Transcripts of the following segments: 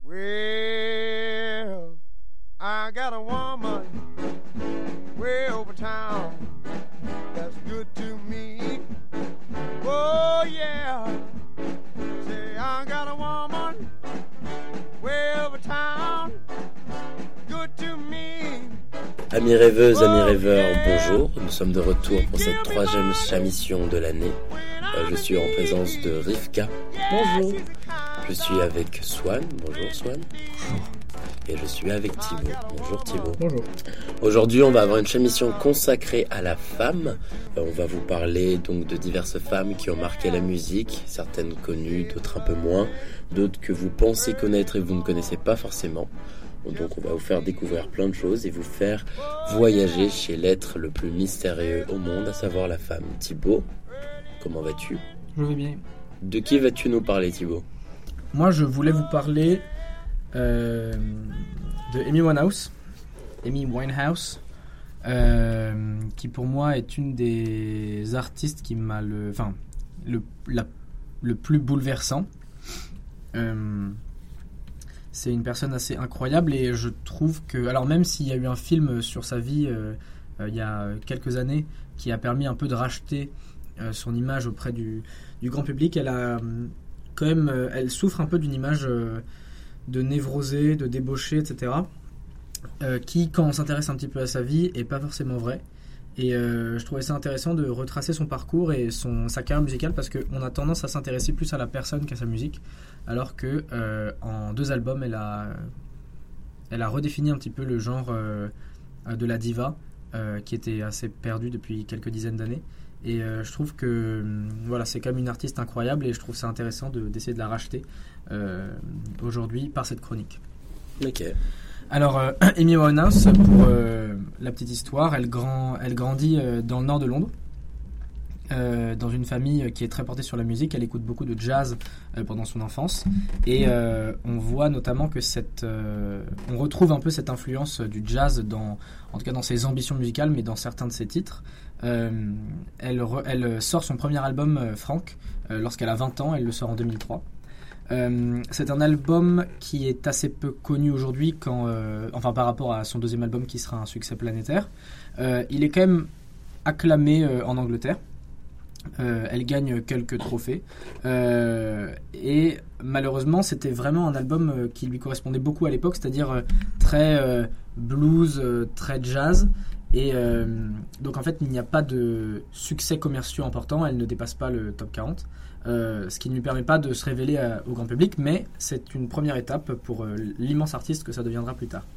Well, I got a woman way over town that's good to me. Oh yeah, say I got a woman way over town good to me. Amis rêveuses, amis rêveurs, bonjour. Nous sommes de retour pour cette troisième émission de l'année. Je suis en présence de Rivka. Bonjour. Je suis avec Swan. Bonjour Swan. Et je suis avec Thibaut. Bonjour Thibaut. Bonjour. Aujourd'hui, on va avoir une émission consacrée à la femme. On va vous parler donc de diverses femmes qui ont marqué la musique, certaines connues, d'autres un peu moins, d'autres que vous pensez connaître et vous ne connaissez pas forcément. Donc on va vous faire découvrir plein de choses et vous faire voyager chez l'être le plus mystérieux au monde, à savoir la femme. Thibaut, comment vas-tu ? Je vais bien. De qui vas-tu nous parler, Thibaut ? Moi, je voulais vous parler de Amy Winehouse, qui pour moi est une des artistes qui m'a le plus bouleversant. C'est une personne assez incroyable et je trouve que, alors même s'il y a eu un film sur sa vie il y a quelques années qui a permis un peu de racheter son image auprès du grand public, elle a quand même, elle souffre un peu d'une image de névrosée, de débauchée, etc. Qui, quand on s'intéresse un petit peu à sa vie, est pas forcément vrai. Et je trouvais ça intéressant de retracer son parcours et sa carrière musicale parce qu'on a tendance à s'intéresser plus à la personne qu'à sa musique, alors que en 2 albums, elle a redéfini un petit peu le genre de la diva qui était assez perdu depuis quelques dizaines d'années. Et je trouve que voilà, c'est quand même une artiste incroyable et je trouve ça intéressant d'essayer de la racheter aujourd'hui par cette chronique. Ok. Alors, Amy Winehouse, pour la petite histoire, elle grandit dans le nord de Londres, dans une famille qui est très portée sur la musique. Elle écoute beaucoup de jazz pendant son enfance, et on voit notamment que on retrouve un peu cette influence du jazz en tout cas dans ses ambitions musicales, mais dans certains de ses titres. Elle sort son premier album, Frank, lorsqu'elle a 20 ans. Elle le sort en 2003. C'est un album qui est assez peu connu aujourd'hui par rapport à son deuxième album qui sera un succès planétaire. Il est quand même acclamé en Angleterre. Elle gagne quelques trophées et malheureusement c'était vraiment un album qui lui correspondait beaucoup à l'époque, c'est-à-dire très blues, très jazz. Et donc en fait il n'y a pas de succès commerciaux importants, elle ne dépasse pas le top 40, ce qui ne lui permet pas de se révéler au grand public, mais c'est une première étape pour l'immense artiste que ça deviendra plus tard.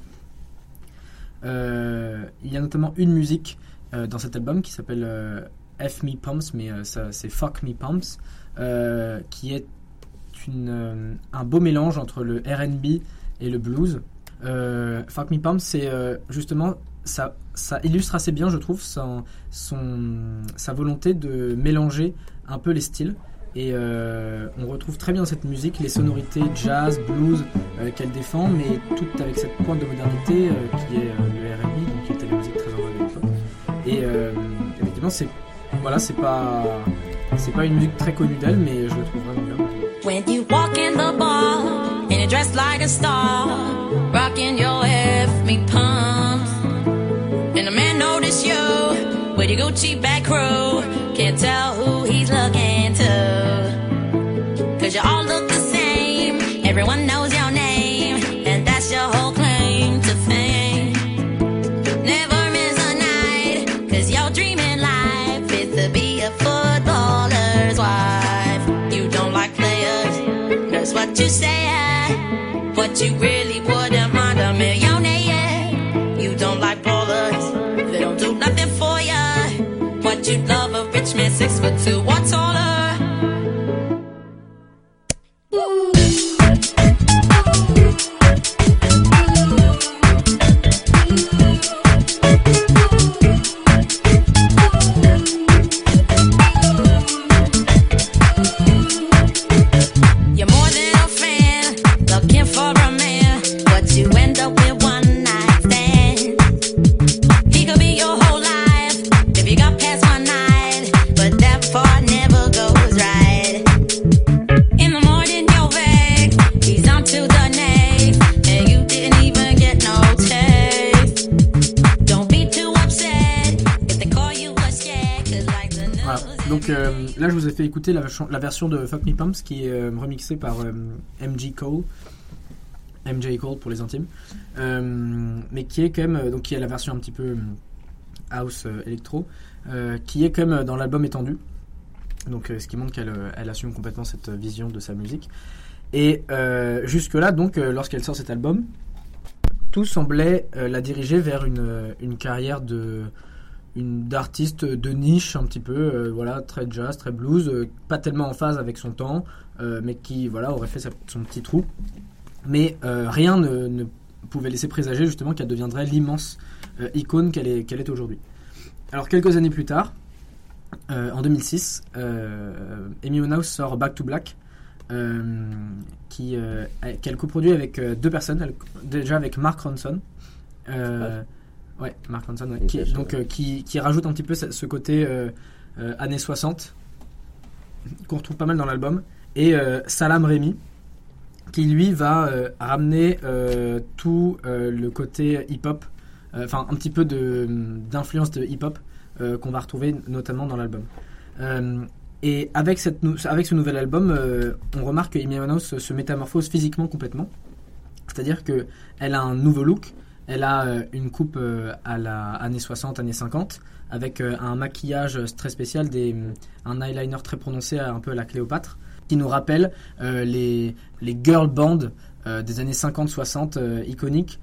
Il y a notamment une musique dans cet album qui s'appelle F Me Pumps, mais c'est Fuck Me Pumps, qui est un beau mélange entre le R&B et le blues. Fuck Me Pumps, c'est justement ça illustre assez bien, je trouve, sa volonté de mélanger un peu les styles. Et on retrouve très bien dans cette musique les sonorités jazz, blues qu'elle défend, mais tout avec cette pointe de modernité qui est le R&B, donc qui était la musique très en vogue à l'époque. Et effectivement, c'est pas une musique très connue d'elle, mais je le trouve vraiment bien. When you walk in the bar and you're dressed like a star, rocking your F-me pumps, and a man notice you with your Gucci bag crew, can't tell who he's looking to, 'cause you all look the same, everyone knows your name, and that's your whole claim to fame. Never miss a night, 'cause you're dreaming life is to be a footballer's wife. You don't like players, that's what you say, but you really wouldn't mind a millionaire. You don't like ballers, they don't do nothing for ya, but you'd love a rich man 6'2" or taller. He could be your whole life if you got past one night, but that part never goes. là, je vous ai fait écouter la version de Fuck Me Pumps qui est remixée par MJ Cole pour les intimes, mais qui est quand même donc qui est la version un petit peu house électro, qui est quand même dans l'album étendu. Donc, ce qui montre qu'elle assume complètement cette vision de sa musique. Et jusque-là, donc, lorsqu'elle sort cet album, tout semblait la diriger vers une carrière d'artiste de niche un petit peu, voilà, très jazz, très blues, pas tellement en phase avec son temps, mais qui voilà aurait fait son petit trou. Mais rien ne pouvait laisser présager justement qu'elle deviendrait l'immense icône qu'elle est aujourd'hui. Alors quelques années plus tard, en 2006, Amy Winehouse sort Back to Black, qu'elle coproduit avec deux personnes, déjà avec Mark Ronson. Ouais, Mark Ronson, ouais, qui rajoute un petit peu ce côté années 60 qu'on retrouve pas mal dans l'album, et Salam Remi, qui lui va ramener tout le côté hip-hop, enfin un petit peu d'influence de hip-hop qu'on va retrouver notamment dans l'album. Et avec ce nouvel album, on remarque que Amy Winehouse se métamorphose physiquement complètement. C'est-à-dire qu'elle a un nouveau look, elle a une coupe à la années 60, années 50, avec un maquillage très spécial, un eyeliner très prononcé, un peu à la Cléopâtre, qui nous rappelle les girl bands des années 50-60 iconiques.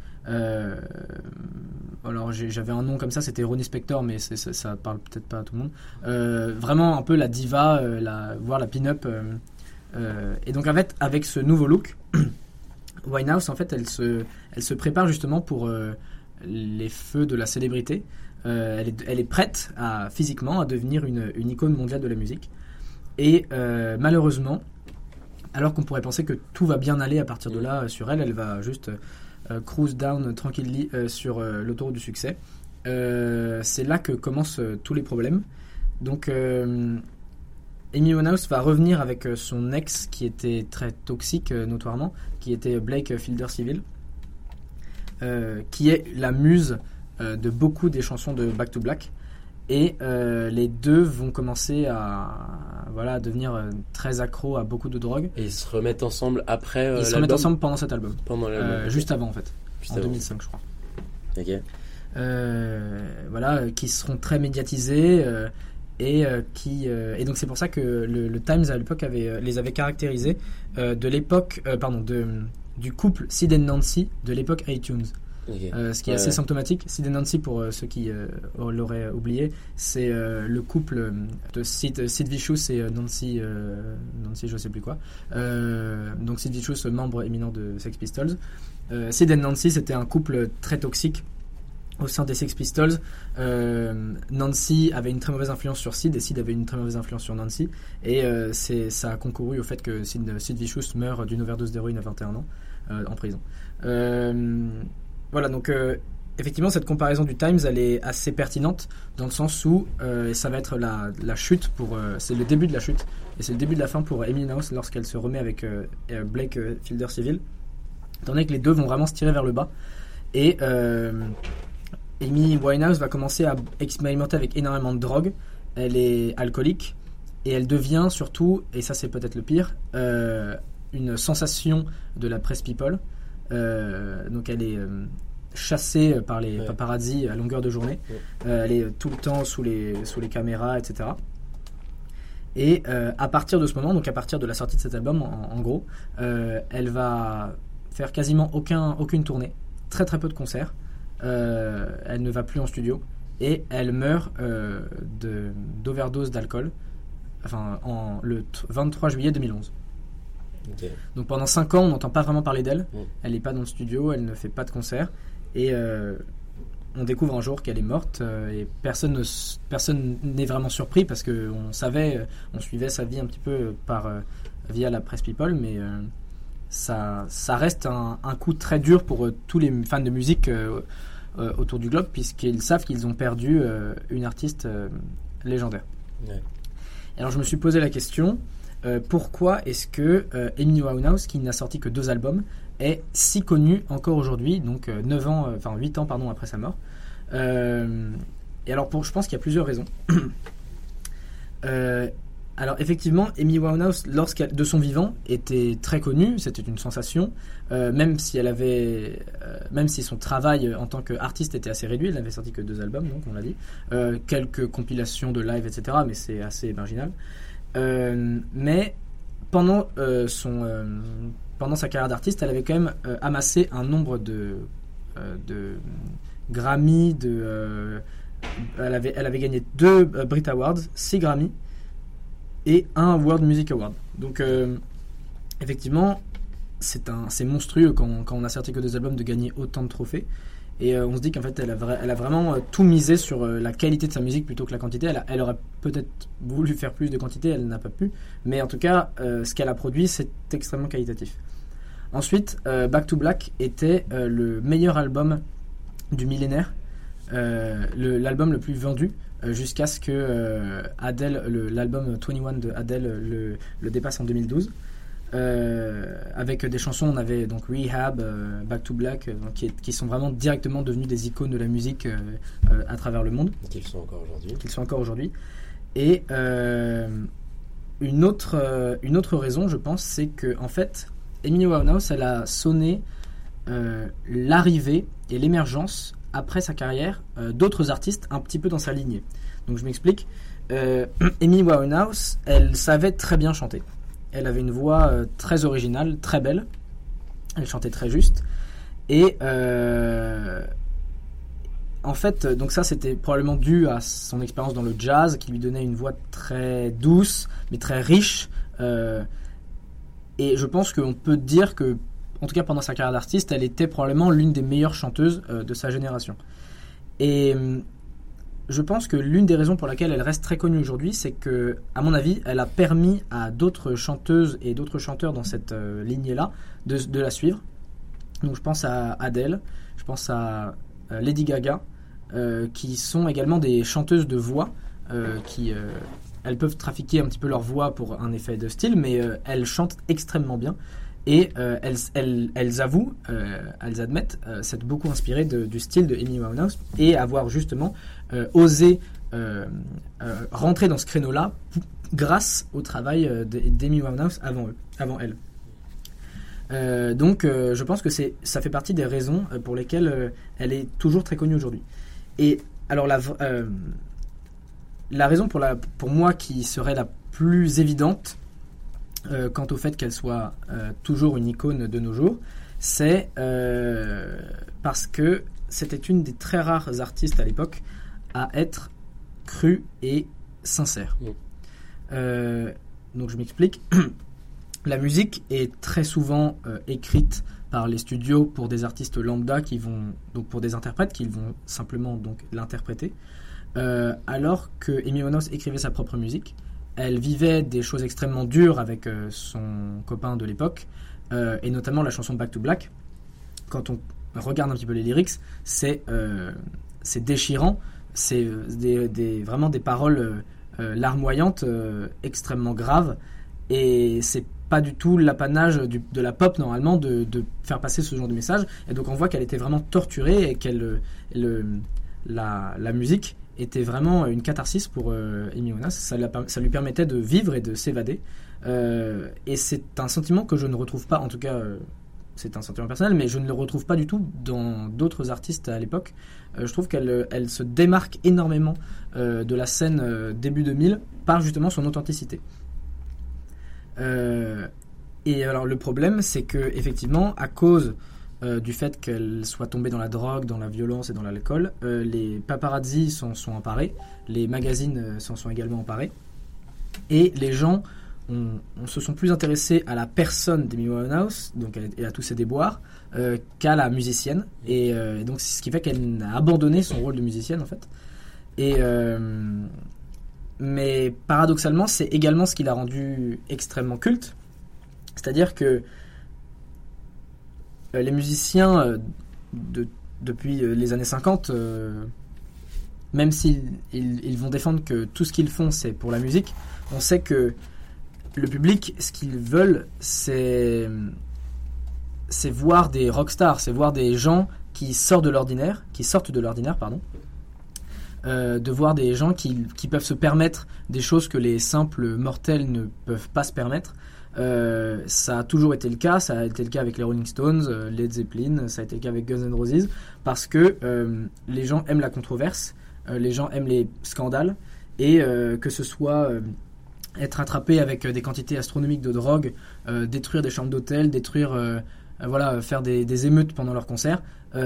Alors j'avais un nom comme ça, c'était Ronnie Spector, mais ça parle peut-être pas à tout le monde. Vraiment un peu la diva, voire la pin-up. Et donc avec ce nouveau look, Winehouse en fait elle se prépare justement pour les feux de la célébrité. Elle est prête physiquement à devenir une icône mondiale de la musique. Et malheureusement, alors qu'on pourrait penser que tout va bien aller à partir de là sur elle va juste cruise down tranquilly sur l'autoroute du succès. C'est là que commencent tous les problèmes. Donc Amy Winehouse va revenir avec son ex qui était très toxique notoirement, qui était Blake Filder-Civil, qui est la muse de beaucoup des chansons de Back to Black. Et les deux vont commencer à devenir très accros à beaucoup de drogue. Et ils se remettent ensemble après l'album. Ils se remettent ensemble pendant cet album. Pendant l'album. Okay. Juste avant en fait. En 2005 je crois. Ok. Qui seront très médiatisés et donc c'est pour ça que le Times à l'époque les avait caractérisés de l'époque du couple Sid and Nancy de l'époque iTunes. Okay. Ce qui est assez symptomatique. Sid et Nancy, pour ceux qui l'auraient oublié, c'est le couple de Sid Vicious et Nancy je sais plus quoi. Donc Sid Vicious, membre éminent de Sex Pistols. Sid et Nancy, c'était un couple très toxique au sein des Sex Pistols. Nancy avait une très mauvaise influence sur Sid et Sid avait une très mauvaise influence sur Nancy, et ça a concouru au fait que Sid Vicious meurt d'une overdose d'héroïne à 21 ans en prison. Voilà, donc effectivement cette comparaison du Times elle est assez pertinente dans le sens où ça va être la chute c'est le début de la chute et c'est le début de la fin pour Amy Winehouse lorsqu'elle se remet avec Blake Filder-Civil, étant donné que les deux vont vraiment se tirer vers le bas. Et Amy Winehouse va commencer à expérimenter avec énormément de drogue, elle est alcoolique et elle devient surtout, et ça c'est peut-être le pire, une sensation de la presse people. Donc elle est chassée par les paparazzi à longueur de journée. Elle est tout le temps sous les caméras, etc. Et à partir de ce moment, donc à partir de la sortie de cet album, en gros, elle va faire quasiment aucune tournée, très très peu de concerts. Elle ne va plus en studio et elle meurt d'overdose d'alcool, le 23 juillet 2011. Okay. Donc pendant 5 ans on n'entend pas vraiment parler d'elle. Elle n'est pas dans le studio, elle ne fait pas de concert, et on découvre un jour qu'elle est morte, et personne n'est vraiment surpris parce qu'on on suivait sa vie un petit peu via la presse people, mais ça reste un coup très dur pour tous les fans de musique autour du globe, puisqu'ils savent qu'ils ont perdu une artiste légendaire. Alors je me suis posé la question, pourquoi est-ce que Amy Winehouse, qui n'a sorti que 2 albums, est si connue encore aujourd'hui, donc 8 ans après sa mort. Et alors je pense qu'il y a plusieurs raisons. Alors effectivement, Amy Winehouse, de son vivant, était très connue, c'était une sensation, même si son travail en tant qu'artiste était assez réduit, elle n'avait sorti que 2 albums, donc on l'a dit, quelques compilations de live, etc., mais c'est assez marginal. Mais pendant sa carrière d'artiste, elle avait quand même amassé un nombre de Grammy, elle avait gagné 2 Brit Awards, 6 Grammy et 1 World Music Award. Donc effectivement, c'est monstrueux quand on a sorti que 2 albums de gagner autant de trophées. Et on se dit qu'en fait elle a vraiment tout misé sur la qualité de sa musique plutôt que la quantité. Elle aurait peut-être voulu faire plus de quantité, elle n'a pas pu. Mais en tout cas, ce qu'elle a produit, c'est extrêmement qualitatif. Ensuite, Back to Black était le meilleur album du millénaire, l'album le plus vendu, jusqu'à ce que Adele, l'album 21 de Adele le dépasse en 2012. Avec des chansons, on avait donc Rehab, Back to Black, qui sont vraiment directement devenus des icônes de la musique à travers le monde. Qu'ils sont encore aujourd'hui. Et une autre raison, je pense, c'est que en fait, Amy Winehouse, elle a sonné l'arrivée et l'émergence après sa carrière d'autres artistes un petit peu dans sa lignée. Donc je m'explique. Amy Winehouse, elle savait très bien chanter. Elle avait une voix très originale, très belle. Elle chantait très juste. Et en fait, donc ça c'était probablement dû à son expérience dans le jazz qui lui donnait une voix très douce, mais très riche. Et je pense qu'on peut dire que, en tout cas pendant sa carrière d'artiste, elle était probablement l'une des meilleures chanteuses de sa génération. Et je pense que l'une des raisons pour laquelle elle reste très connue aujourd'hui, c'est que, à mon avis, elle a permis à d'autres chanteuses et d'autres chanteurs dans cette lignée-là de la suivre. Donc je pense à Adele, je pense à Lady Gaga, qui sont également des chanteuses de voix, qui elles peuvent trafiquer un petit peu leur voix pour un effet de style, mais elles chantent extrêmement bien. Et elles avouent, elles admettent s'être beaucoup inspirées du style de Amy Winehouse et avoir justement osé rentrer dans ce créneau-là grâce au travail d'Amy Winehouse avant elle. Donc je pense que ça fait partie des raisons pour lesquelles elle est toujours très connue aujourd'hui. Et alors la raison pour moi qui serait la plus évidente quant au fait qu'elle soit toujours une icône de nos jours, c'est parce que c'était une des très rares artistes à l'époque à être crue et sincère. Donc je m'explique. La musique est très souvent écrite par les studios pour des artistes lambda donc pour des interprètes qui vont simplement donc l'interpréter, alors que Amy Winehouse écrivait sa propre musique. Elle vivait des choses extrêmement dures avec son copain de l'époque, et notamment la chanson Back to Black. Quand on regarde un petit peu les lyrics, c'est déchirant, c'est vraiment des paroles larmoyantes, extrêmement graves, et c'est pas du tout l'apanage de la pop normalement de faire passer ce genre de message. Et donc on voit qu'elle était vraiment torturée et qu'elle la musique était vraiment une catharsis pour Amy Winehouse. Ça lui permettait de vivre et de s'évader. Et c'est un sentiment que je ne retrouve pas, en tout cas c'est un sentiment personnel, mais je ne le retrouve pas du tout dans d'autres artistes à l'époque. Je trouve qu'elle se démarque énormément de la scène début 2000 par justement son authenticité. Et alors le problème, c'est que effectivement, à cause du fait qu'elle soit tombée dans la drogue, dans la violence et dans l'alcool, les paparazzi s'en sont emparés, les magazines s'en sont également emparés, et les gens se sont plus intéressés à la personne d'Amy Winehouse, donc et à tous ses déboires, qu'à la musicienne, et donc c'est ce qui fait qu'elle a abandonné son rôle de musicienne en fait. Mais paradoxalement, c'est également ce qui l'a rendue extrêmement culte, c'est-à-dire que les musiciens depuis les années 50, même s'ils vont défendre que tout ce qu'ils font c'est pour la musique, on sait que le public, ce qu'ils veulent, c'est voir des rockstars, c'est voir des gens qui sortent de l'ordinaire, de voir des gens qui peuvent se permettre des choses que les simples mortels ne peuvent pas se permettre. Ça a toujours été le cas, ça a été le cas avec les Rolling Stones, Led Zeppelin, ça a été le cas avec Guns N' Roses, parce que les gens aiment la controverse, les gens aiment les scandales, et que ce soit être attrapé avec des quantités astronomiques de drogue, détruire des chambres d'hôtel, faire des émeutes pendant leurs concerts,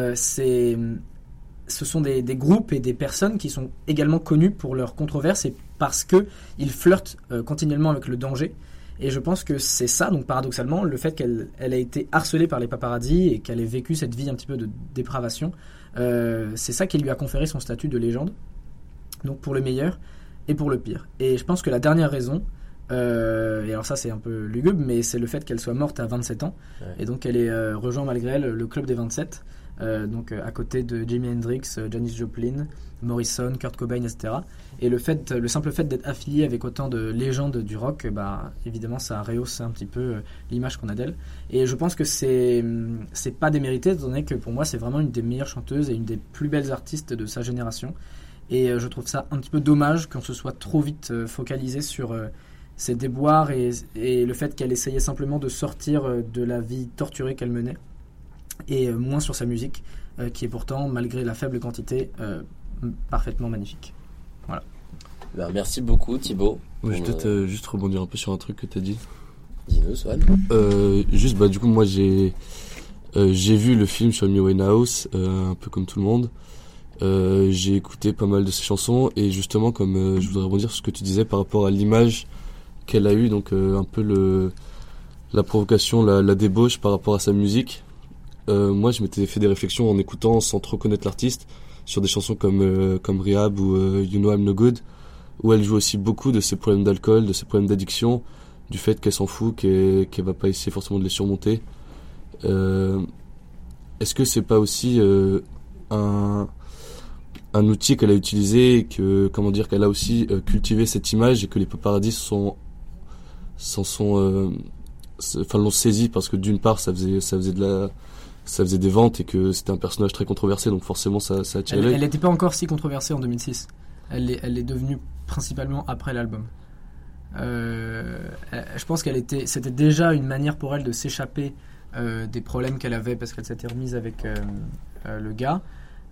ce sont des groupes et des personnes qui sont également connus pour leurs controverses et parce qu'ils flirtent continuellement avec le danger. Et je pense que c'est ça, donc paradoxalement, le fait qu'elle ait été harcelée par les paparazzi et qu'elle ait vécu cette vie un petit peu de dépravation, c'est ça qui lui a conféré son statut de légende, donc pour le meilleur et pour le pire. Et je pense que la dernière raison, et alors ça c'est un peu lugubre, mais c'est le fait qu'elle soit morte à 27 ans, et donc elle ait rejoint malgré elle le club des 27, donc à côté de Jimi Hendrix, Janis Joplin, Morrison, Kurt Cobain, etc. Et le simple fait d'être affilié avec autant de légendes du rock, évidemment ça rehausse un petit peu l'image qu'on a d'elle. Et je pense que c'est pas démérité, étant donné que pour moi c'est vraiment une des meilleures chanteuses et une des plus belles artistes de sa génération. Et je trouve ça un petit peu dommage qu'on se soit trop vite focalisé sur ses déboires et le fait qu'elle essayait simplement de sortir de la vie torturée qu'elle menait, et moins sur sa musique, qui est pourtant, malgré la faible quantité, parfaitement magnifique. Voilà. Merci beaucoup Thibaut. Ouais, je vais peut-être juste rebondir un peu sur un truc que tu as dit. Dis-nous, Swan. Du coup, moi j'ai vu le film sur Amy Winehouse, un peu comme tout le monde. J'ai écouté pas mal de ses chansons, et justement, comme je voudrais rebondir sur ce que tu disais par rapport à l'image qu'elle a eue, donc un peu la provocation, la débauche par rapport à sa musique. Moi, je m'étais fait des réflexions en écoutant sans trop connaître l'artiste sur des chansons comme Rehab ou You Know I'm No Good, où elle joue aussi beaucoup de ses problèmes d'alcool, de ses problèmes d'addiction, du fait qu'elle s'en fout, qu'elle va pas essayer forcément de les surmonter. Est-ce que c'est pas aussi un outil qu'elle a utilisé et qu'elle a aussi cultivé cette image, et que les paparazzi l'ont saisi parce que d'une part ça faisait des ventes et que c'était un personnage très controversé, donc forcément ça attirait l'œil. Elle n'était pas encore si controversée en 2006. Elle est devenue principalement après l'album. Je pense c'était déjà une manière pour elle de s'échapper des problèmes qu'elle avait, parce qu'elle s'était remise avec le gars.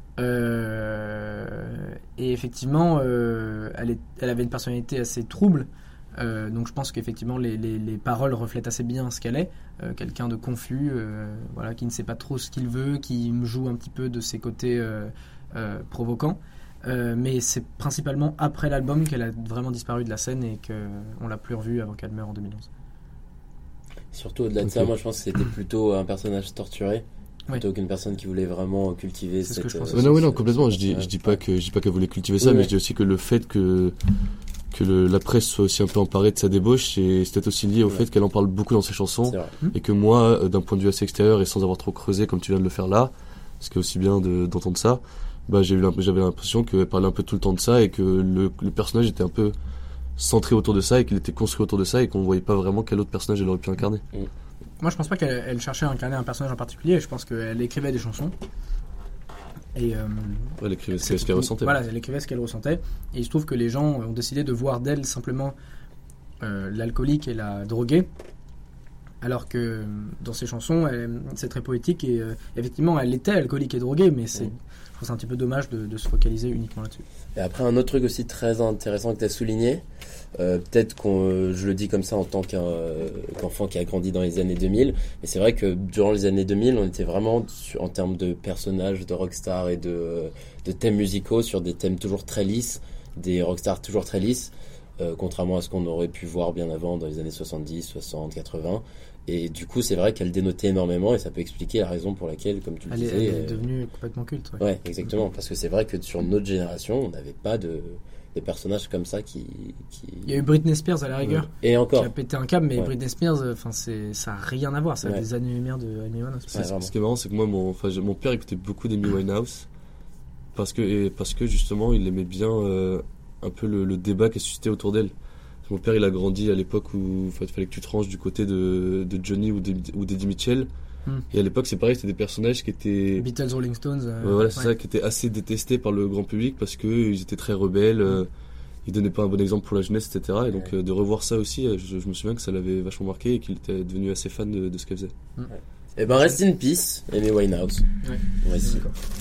Et effectivement, elle avait une personnalité assez trouble. Donc je pense qu'effectivement les paroles reflètent assez bien ce qu'elle est, quelqu'un de confus, qui ne sait pas trop ce qu'il veut, qui joue un petit peu de ses côtés provoquants, mais c'est principalement après l'album qu'elle a vraiment disparu de la scène et qu'on l'a plus revue avant qu'elle meure en 2011. Surtout au-delà de ça, moi je pense que c'était plutôt un personnage torturé, plutôt qu'une personne qui voulait vraiment cultiver c'est cette... ce que je pense. Non, complètement. Je dis pas qu'elle voulait cultiver ça, mais je dis aussi que le fait que la presse soit aussi un peu emparée de sa débauche, c'est peut-être aussi lié au fait qu'elle en parle beaucoup dans ses chansons, et que moi, d'un point de vue assez extérieur et sans avoir trop creusé comme tu viens de le faire là, ce qui est aussi bien d'entendre ça, j'avais l'impression qu'elle parlait un peu tout le temps de ça, et que le personnage était un peu centré autour de ça, et qu'il était construit autour de ça, et qu'on voyait pas vraiment quel autre personnage elle aurait pu incarner. Moi je pense pas qu'elle cherchait à incarner un personnage en particulier, je pense qu'elle écrivait des chansons. Et elle écrivait ce qu'elle ressentait. Voilà, elle écrivait ce qu'elle ressentait. Et il se trouve que les gens ont décidé de voir d'elle simplement l'alcoolique et la droguée, alors que dans ses chansons, c'est très poétique, et effectivement, elle était alcoolique et droguée, mais je trouve que c'est un petit peu dommage de se focaliser uniquement là-dessus. Et après, un autre truc aussi très intéressant que tu as souligné, peut-être je le dis comme ça en tant qu'enfant qui a grandi dans les années 2000, mais c'est vrai que durant les années 2000, on était vraiment, en termes de personnages, de rockstars et de thèmes musicaux, sur des thèmes toujours très lisses, des rockstars toujours très lisses, contrairement à ce qu'on aurait pu voir bien avant dans les années 70, 60, 80. Et du coup, c'est vrai qu'elle dénotait énormément, et ça peut expliquer la raison pour laquelle, comme tu le disais... Elle est devenue complètement culte. Ouais, exactement. Parce que c'est vrai que sur notre génération, on n'avait pas des personnages comme ça qui... Il y a eu Britney Spears à la rigueur, et encore, qui a pété un câble, mais Britney Spears, ça n'a rien à voir. Ça a des années-lumière de Amy Winehouse. Ce qui est marrant, c'est que moi, mon père écoutait beaucoup d'Amy Winehouse, parce que justement, il aimait bien un peu le débat qui est suscité autour d'elle. Mon père, il a grandi à l'époque où il fallait que tu te ranges du côté de Johnny ou d'Eddie Mitchell, Et à l'époque, c'est pareil, c'était des personnages qui étaient... Beatles, Rolling Stones. Voilà, c'est ça, qui étaient assez détestés par le grand public parce qu'ils étaient très rebelles, ils donnaient pas un bon exemple pour la jeunesse, etc. Et donc de revoir ça aussi, je me souviens que ça l'avait vachement marqué et qu'il était devenu assez fan de ce qu'elle faisait. Et ben rest in peace, Amy Winehouse. Ouais. Voici.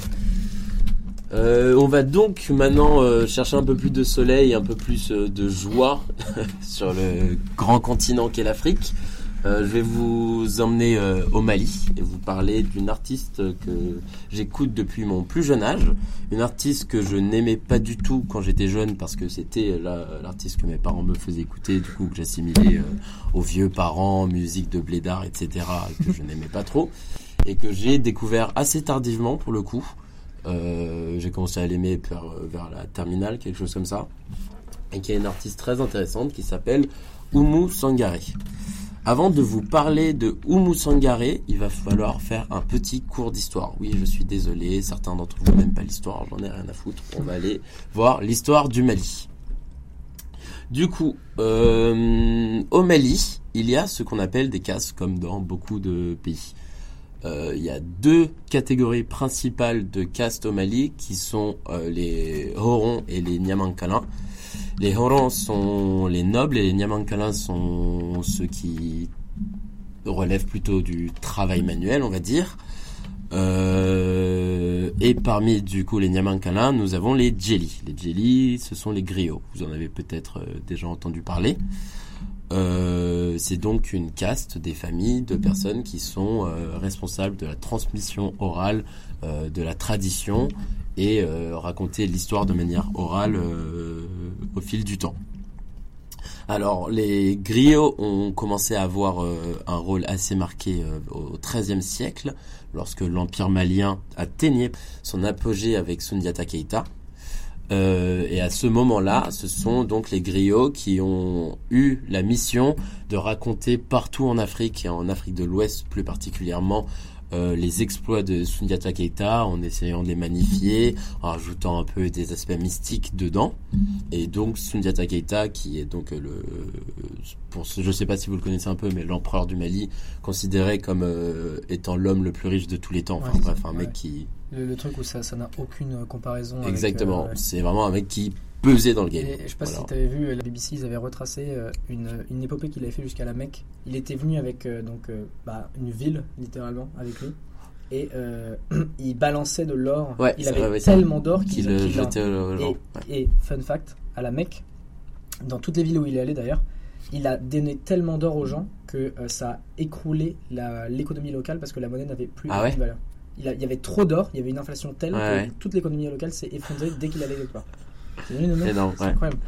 On va donc maintenant chercher un peu plus de soleil, un peu plus de joie sur le grand continent qu'est l'Afrique. Je vais vous emmener au Mali et vous parler d'une artiste que j'écoute depuis mon plus jeune âge. Une artiste que je n'aimais pas du tout quand j'étais jeune parce que c'était l'artiste que mes parents me faisaient écouter, du coup que j'assimilais aux vieux parents, musique de blédard, etc. que je n'aimais pas trop et que j'ai découvert assez tardivement pour le coup. J'ai commencé à l'aimer vers la terminale, quelque chose comme ça, et qui est une artiste très intéressante qui s'appelle Oumou Sangaré. Avant de vous parler de Oumou Sangaré, il va falloir faire un petit cours d'histoire. Oui, je suis désolé, certains d'entre vous n'aiment pas l'histoire, j'en ai rien à foutre. On va aller voir l'histoire du Mali. Du coup, au Mali, il y a ce qu'on appelle des castes, comme dans beaucoup de pays. Il y a deux catégories principales de castes au Mali qui sont les Horons et les Niamankalans. Les Horons sont les nobles et les Niamankalans sont ceux qui relèvent plutôt du travail manuel, on va dire. Et parmi du coup les Niamankalans, nous avons les Djeli. Les Djeli, ce sont les griots. Vous en avez peut-être déjà entendu parler. C'est donc une caste des familles de personnes qui sont responsables de la transmission orale de la tradition et raconter l'histoire de manière orale au fil du temps. Alors les griots ont commencé à avoir un rôle assez marqué au XIIIe siècle lorsque l'empire malien atteignait son apogée avec Soundiata Keïta. Et à ce moment-là, ce sont donc les griots qui ont eu la mission de raconter partout en Afrique et en Afrique de l'Ouest plus particulièrement les exploits de Soundiata Keïta en essayant de les magnifier, en rajoutant un peu des aspects mystiques dedans. Et donc Soundiata Keïta, qui est donc je sais pas si vous le connaissez un peu, mais l'empereur du Mali, considéré comme étant l'homme le plus riche de tous les temps. Enfin bref, un mec qui... Le truc où ça n'a aucune comparaison. Exactement, avec, c'est vraiment un mec qui pesait dans le game. Et je sais pas si tu avais vu, la BBC, ils avaient retracé une épopée qu'il avait fait jusqu'à la Mecque. Il était venu avec une ville, littéralement, avec lui. Et il balançait de l'or. Ouais, il avait tellement d'or qu'il le jetait aux gens. Et fun fact, à la Mecque, dans toutes les villes où il est allé d'ailleurs, il a donné tellement d'or aux gens que ça a écroulé l'économie locale parce que la monnaie n'avait plus aucune valeur. Il y avait trop d'or, il y avait une inflation telle que toute l'économie locale s'est effondrée dès qu'il allait quelque part. C'est incroyable.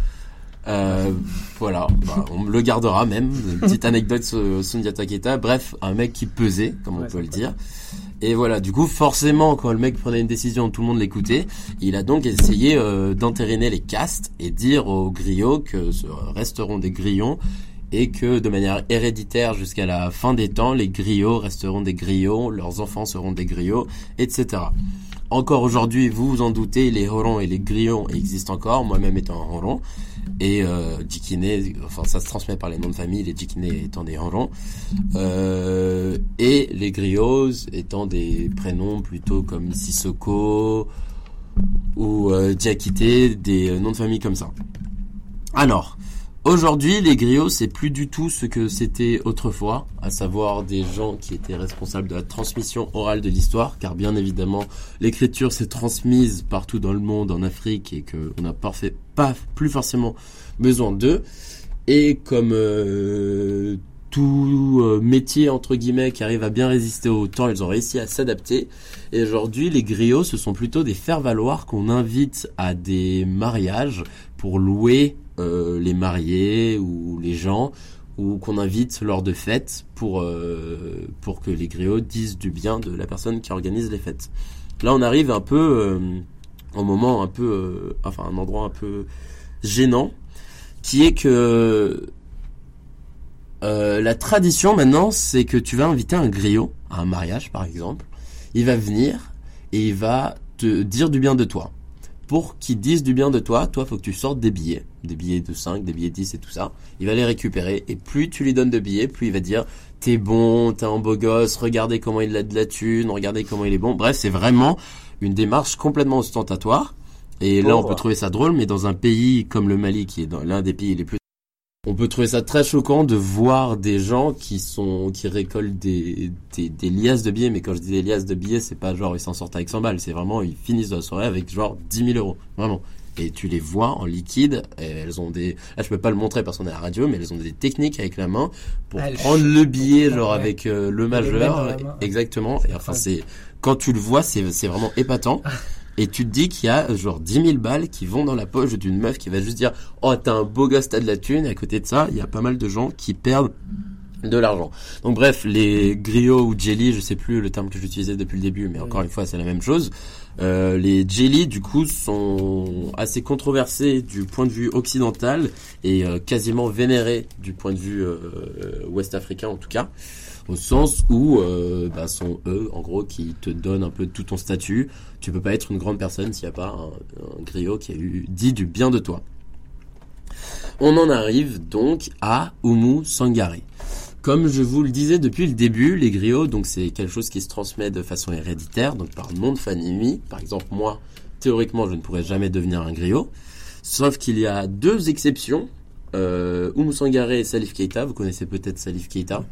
Voilà, on le gardera même. Une petite anecdote sur Soundiata Keïta. Bref, un mec qui pesait, comme on peut le dire. Et voilà, du coup, forcément, quand le mec prenait une décision, tout le monde l'écoutait. Il a donc essayé d'entériner les castes et dire aux griots que ce resteront des grillons et que de manière héréditaire jusqu'à la fin des temps, les griots resteront des griots, leurs enfants seront des griots, etc. Encore aujourd'hui, vous vous en doutez, les Horons et les griots existent encore, moi-même étant un Horon, et Djikine, enfin ça se transmet par les noms de famille, les Djikine étant des Horons, et les griots étant des prénoms plutôt comme Sissoko ou Diakité, des noms de famille comme ça. Alors, aujourd'hui, les griots, c'est plus du tout ce que c'était autrefois, à savoir des gens qui étaient responsables de la transmission orale de l'histoire, car bien évidemment, l'écriture s'est transmise partout dans le monde, en Afrique, et qu'on n'a pas plus forcément besoin d'eux. Et comme tout métier, entre guillemets, qui arrive à bien résister au temps, ils ont réussi à s'adapter. Et aujourd'hui, les griots, ce sont plutôt des faire-valoir qu'on invite à des mariages pour louer les mariés ou les gens, ou qu'on invite lors de fêtes pour que les griots disent du bien de la personne qui organise les fêtes. Là, on arrive un peu au moment un peu, un endroit un peu gênant, qui est que la tradition maintenant, c'est que tu vas inviter un griot à un mariage, par exemple. Il va venir et il va te dire du bien de toi. Pour qu'il dise du bien de toi, faut que tu sortes des billets de 5, des billets 10 et tout ça. Il va les récupérer et plus tu lui donnes de billets, plus il va dire t'es bon, t'es un beau gosse, regardez comment il a de la thune, regardez comment il est bon. Bref, c'est vraiment une démarche complètement ostentatoire. Et là, on peut trouver ça drôle, mais dans un pays comme le Mali, qui est dans l'un des pays les plus... On peut trouver ça très choquant de voir des gens qui récoltent des liasses de billets. Mais quand je dis des liasses de billets, c'est pas genre ils s'en sortent avec 100 balles. C'est vraiment, ils finissent la soirée avec genre 10 000 euros. Vraiment. Et tu les vois en liquide. Et elles ont des... Là, je peux pas le montrer parce qu'on est à la radio, mais elles ont des techniques avec la main pour prendre le billet, genre avec le majeur. Exactement. Et enfin, quand tu le vois, c'est vraiment épatant. Et tu te dis qu'il y a genre 10 000 balles qui vont dans la poche d'une meuf qui va juste dire « Oh, t'as un beau gosse, t'as de la thune ». Et à côté de ça, il y a pas mal de gens qui perdent de l'argent. Donc bref, les griots ou jelly, je sais plus le terme que j'utilisais depuis le début, mais encore une fois, c'est la même chose. Les jelly, du coup, sont assez controversés du point de vue occidental et quasiment vénérés du point de vue ouest-africain en tout cas. Au sens où sont eux, en gros, qui te donnent un peu tout ton statut. Tu peux pas être une grande personne s'il n'y a pas un griot qui a dit du bien de toi. On en arrive donc à Oumou Sangaré. Comme je vous le disais depuis le début, les griots, donc c'est quelque chose qui se transmet de façon héréditaire, donc par nom de famille. Par exemple, moi, théoriquement, je ne pourrais jamais devenir un griot. Sauf qu'il y a 2 exceptions. Oumou Sangaré et Salif Keita. Vous connaissez peut-être Salif Keita.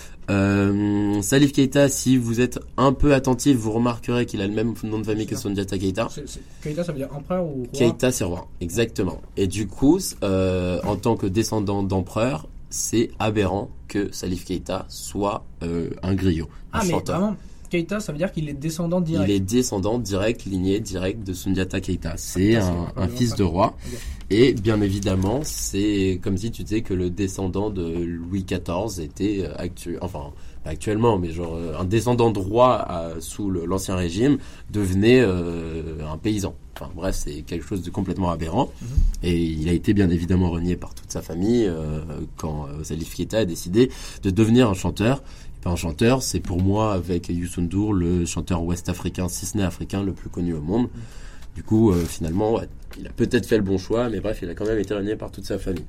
Salif Keita, si vous êtes un peu attentif, vous remarquerez qu'il a le même nom de famille que Soundiata Keita. Keita, ça veut dire empereur ou roi? Keita, c'est roi, exactement. Et du coup, en tant que descendant d'empereur, c'est aberrant que Salif Keita soit un griot, un chanteur. Mais vraiment, Keita, ça veut dire qu'il est descendant direct. Il est descendant direct, lignée direct de Soundiata Keita. C'est un fils de roi. Okay. Et bien évidemment, c'est comme si tu disais que le descendant de Louis XIV était pas actuellement, mais genre un descendant de roi sous l'ancien régime devenait un paysan. Enfin bref, c'est quelque chose de complètement aberrant. Et il a été bien évidemment renié par toute sa famille quand Salif Keita a décidé de devenir un chanteur. Un chanteur, c'est pour moi, avec Youssou N'Dour, le chanteur ouest-africain, si ce n'est africain, le plus connu au monde. Du coup, finalement, il a peut-être fait le bon choix, mais bref, il a quand même été renié par toute sa famille.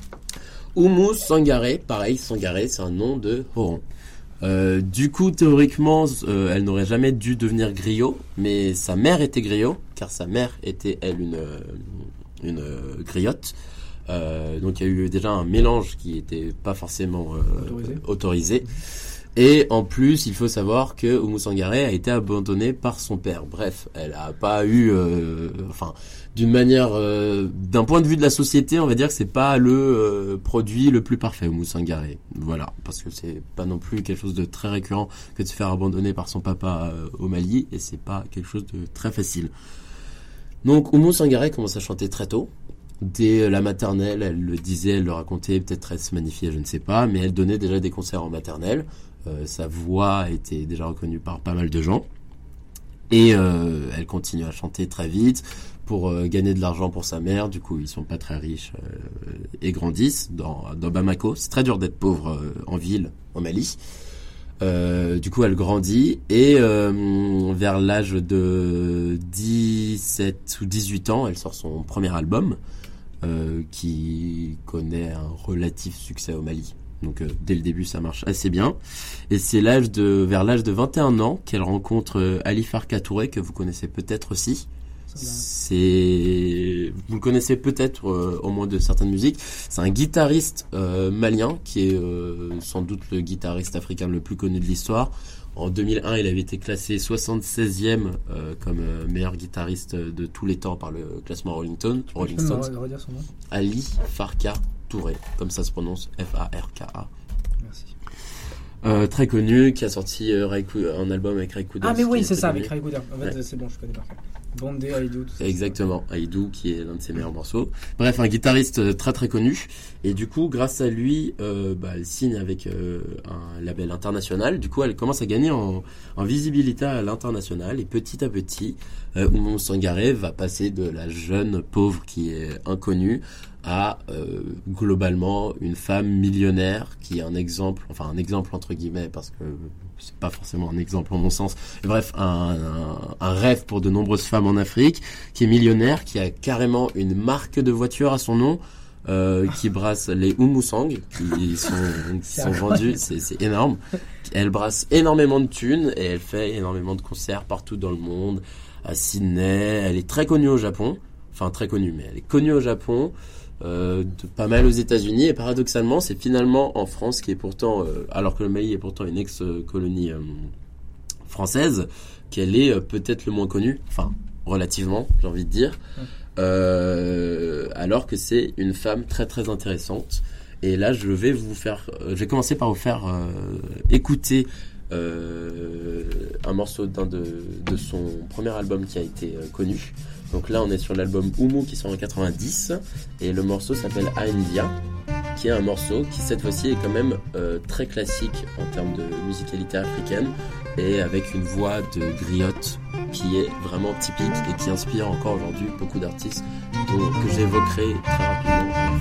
Oumou Sangaré, pareil, Sangaré, c'est un nom de Horon. Du coup, théoriquement, elle n'aurait jamais dû devenir griot, mais sa mère était griot, car sa mère était, elle, une griotte. Donc il y a eu déjà un mélange qui était pas forcément autorisé. Et en plus, il faut savoir que Oumou Sangaré a été abandonnée par son père. Bref, elle a pas eu, d'une manière, d'un point de vue de la société, on va dire que c'est pas le produit le plus parfait, Oumou Sangaré. Voilà, parce que c'est pas non plus quelque chose de très récurrent que de se faire abandonner par son papa au Mali, et c'est pas quelque chose de très facile. Donc Oumou Sangaré commence à chanter très tôt. Dès la maternelle, elle le disait, elle le racontait, peut-être elle se magnifiait, je ne sais pas, mais elle donnait déjà des concerts en maternelle. Sa voix était déjà reconnue par pas mal de gens. Et elle continue à chanter très vite pour gagner de l'argent pour sa mère. Du coup, ils sont pas très riches et grandissent dans Bamako. C'est très dur d'être pauvre en ville, au Mali. Du coup, elle grandit et vers l'âge de 17 ou 18 ans, elle sort son premier album qui connaît un relatif succès au Mali. Donc dès le début, ça marche assez bien. Et c'est vers l'âge de 21 ans qu'elle rencontre Ali Farka Touré, que vous connaissez peut-être aussi. Vous le connaissez peut-être au moins de certaines musiques. C'est un guitariste malien qui est sans doute le guitariste africain le plus connu de l'histoire. En 2001, il avait été classé 76e comme meilleur guitariste de tous les temps par le classement Rolling Stones. Redire son nom. Ali Farka Touré, comme ça se prononce, Farka. Merci. Très connu, qui a sorti un album avec Ray Kouders. Ah mais oui, c'est ça, avec Ray Kouders. En fait, c'est bon, je connais parfait. Bondé, Aïdou, tout ça. Exactement, Aïdou qui est l'un de ses meilleurs morceaux. Bref, un guitariste très très connu. Et du coup, grâce à lui, elle signe avec un label international. Du coup, elle commence à gagner en visibilité à l'international. Et petit à petit, Oumou Sangaré va passer de la jeune pauvre qui est inconnue à globalement une femme millionnaire qui est un exemple entre guillemets, parce que c'est pas forcément un exemple en mon sens, bref, un rêve pour de nombreuses femmes en Afrique, qui est millionnaire, qui a carrément une marque de voiture à son nom. qui brasse les Oumou-Sang, qui sont vendus, c'est énorme. Elle brasse énormément de thunes et elle fait énormément de concerts partout dans le monde, à Sydney. Elle est très connue au Japon, enfin très connue, mais elle est connue au Japon, pas mal aux États-Unis, et paradoxalement, c'est finalement en France qui est pourtant, alors que le Mali est pourtant une ex-colonie française, qu'elle est peut-être le moins connue, enfin relativement, j'ai envie de dire. Alors que c'est une femme très très intéressante. Et là je vais commencer par vous faire écouter un morceau de son premier album qui a été connu. Donc là on est sur l'album Oumou qui sort en 90 et le morceau s'appelle India, qui est un morceau qui cette fois-ci est quand même très classique en termes de musicalité africaine et avec une voix de griotte qui est vraiment typique et qui inspire encore aujourd'hui beaucoup d'artistes que j'évoquerai très rapidement.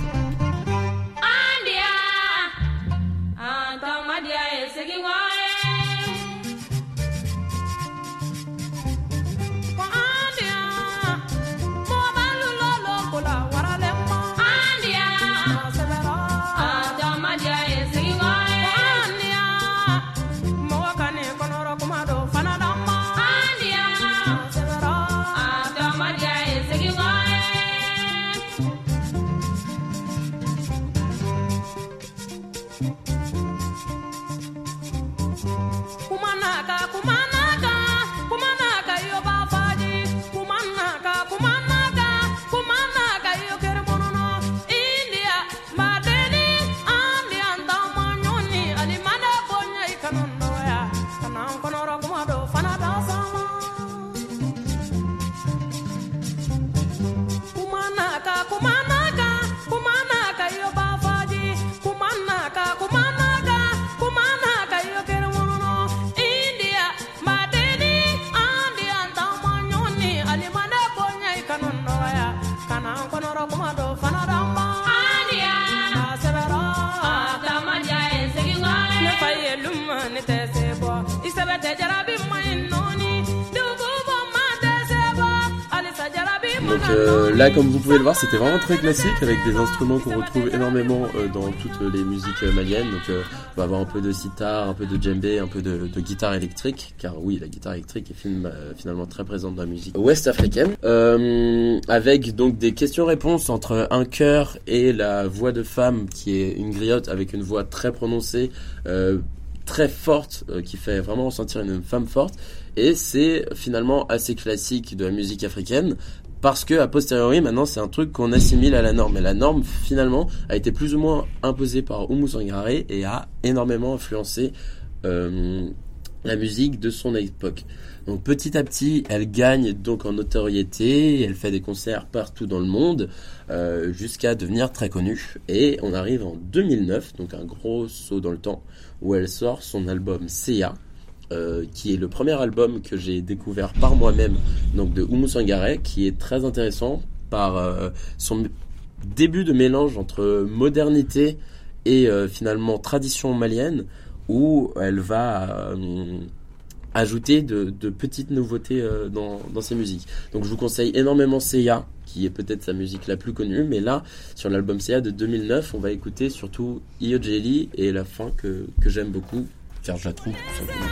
Donc là, comme vous pouvez le voir, c'était vraiment très classique avec des instruments qu'on retrouve énormément dans toutes les musiques maliennes. Donc on va avoir un peu de sitar, un peu de djembé, un peu de guitare électrique, car oui, la guitare électrique est finalement très présente dans la musique ouest africaine. Avec donc des questions-réponses entre un chœur et la voix de femme qui est une griotte avec une voix très prononcée, très forte, qui fait vraiment ressentir une femme forte. Et c'est finalement assez classique de la musique africaine. Parce que, a posteriori, maintenant, c'est un truc qu'on assimile à la norme. Et la norme, finalement, a été plus ou moins imposée par Oumou Sangaré et a énormément influencé la musique de son époque. Donc, petit à petit, elle gagne donc en notoriété. Elle fait des concerts partout dans le monde, jusqu'à devenir très connue. Et on arrive en 2009, donc un gros saut dans le temps, où elle sort son album Seya, qui est le premier album que j'ai découvert par moi-même, donc de Oumou Sangaré, qui est très intéressant par son début de mélange entre modernité et finalement tradition malienne, où elle va ajouter de petites nouveautés dans ses musiques. Donc je vous conseille énormément Seya, qui est peut-être sa musique la plus connue, mais là, sur l'album Seya de 2009, on va écouter surtout Iyojeli et la fin que j'aime beaucoup, car je la trouve tout simplement.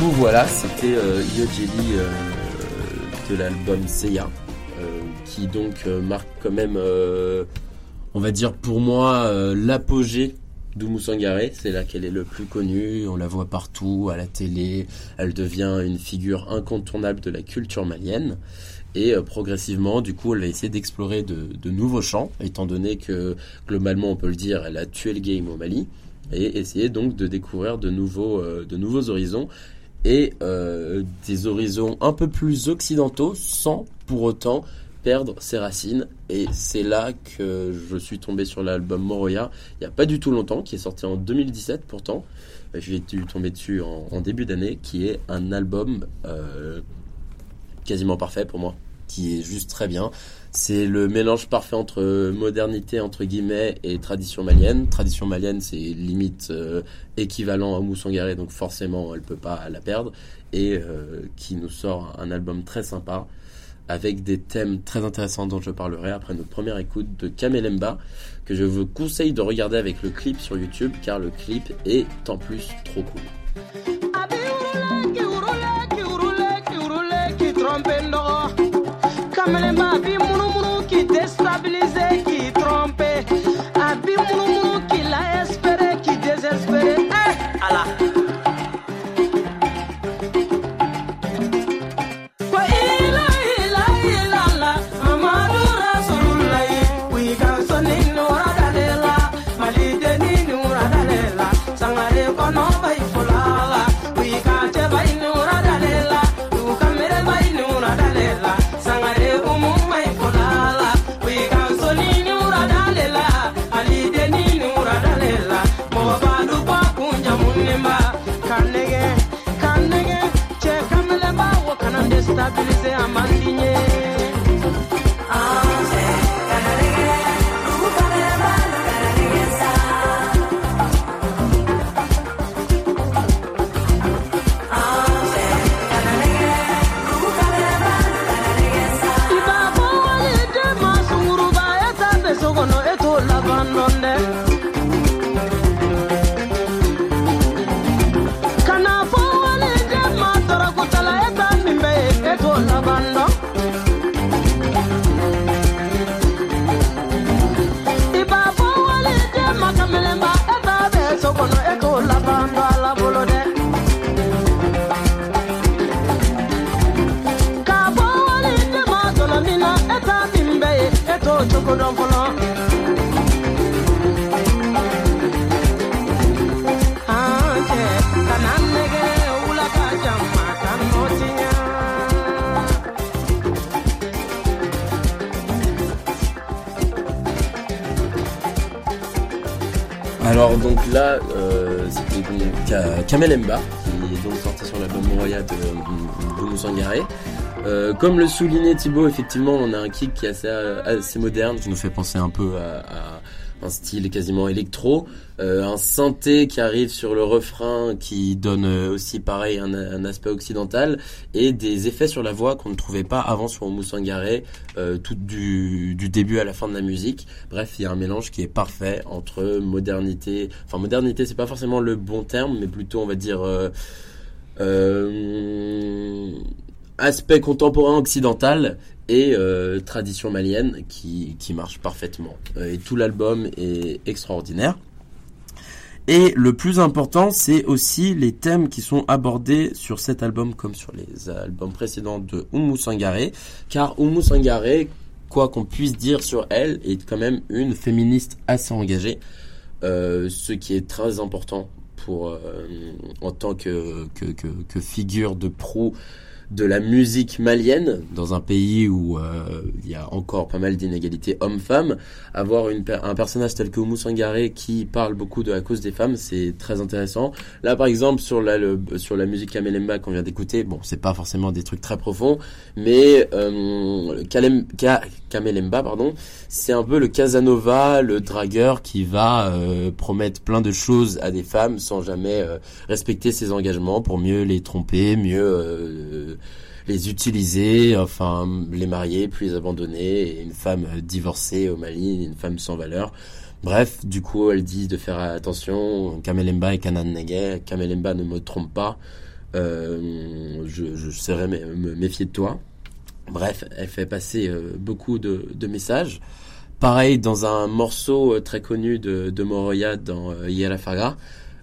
coup, voilà, c'était Yo Jelly de l'album Seiya, qui donc marque quand même, on va dire pour moi, l'apogée d'Oumou Sangaré. C'est là qu'elle est le plus connue, on la voit partout, à la télé, elle devient une figure incontournable de la culture malienne. Et progressivement, du coup, elle va essayer d'explorer de nouveaux champs, étant donné que, globalement, on peut le dire, elle a tué le game au Mali, et essayer donc de découvrir de nouveaux horizons, et des horizons un peu plus occidentaux, sans pour autant perdre ses racines. Et c'est là que je suis tombé sur l'album Moroya, il n'y a pas du tout longtemps, qui est sorti en 2017 pourtant. J'ai dû tomber dessus en début d'année, qui est un album quasiment parfait pour moi, qui est juste très bien. C'est le mélange parfait entre modernité entre guillemets et tradition malienne. Tradition malienne, c'est limite équivalent à Oumou Sangaré, donc forcément elle peut pas la perdre, et qui nous sort un album très sympa avec des thèmes très intéressants dont je parlerai après notre première écoute de Kamelemba, que je vous conseille de regarder avec le clip sur YouTube, car le clip est en plus trop cool. Kamelemba bi munu munu qui déstabilise, qui trompe, abi munu munu qui l'a espéré, qui désespéré. Allah. Alors donc là, c'était donc Kamelemba, qui est donc sorti sur l'album Moroya de Oumou Sangaré. Comme le soulignait Thibaut, effectivement, on a un kick qui est assez moderne, qui nous fait penser un peu à un style quasiment électro, un synthé qui arrive sur le refrain qui donne aussi pareil un aspect occidental, et des effets sur la voix qu'on ne trouvait pas avant sur Oumou Sangaré, tout du début à la fin de la musique. Bref, il y a un mélange qui est parfait entre modernité, enfin modernité c'est pas forcément le bon terme, mais plutôt on va dire aspect contemporain occidental et tradition malienne qui marche parfaitement. Et tout l'album est extraordinaire. Et le plus important, c'est aussi les thèmes qui sont abordés sur cet album comme sur les albums précédents de Oumou Sangaré, car Oumou Sangaré, quoi qu'on puisse dire sur elle, est quand même une féministe assez engagée, ce qui est très important pour en tant que figure de proue de la musique malienne, dans un pays où il y a encore pas mal d'inégalités hommes-femmes. Avoir un personnage tel que Oumou Sangaré qui parle beaucoup de la cause des femmes, c'est très intéressant. Là par exemple sur la musique Kamelemba qu'on vient d'écouter, bon c'est pas forcément des trucs très profonds, mais Kamelemba pardon, c'est un peu le Casanova, le dragueur qui va promettre plein de choses à des femmes sans jamais respecter ses engagements, pour mieux les tromper, mieux les utiliser, enfin les marier, puis les abandonner, et une femme divorcée au Mali, une femme sans valeur. Bref, du coup elle dit de faire attention, Kamelemba et Kanan Nege, Kamelemba ne me trompe pas, je saurais me méfier de toi. Bref, elle fait passer beaucoup de messages. Pareil, dans un morceau très connu de Moroya dans Yera Faga,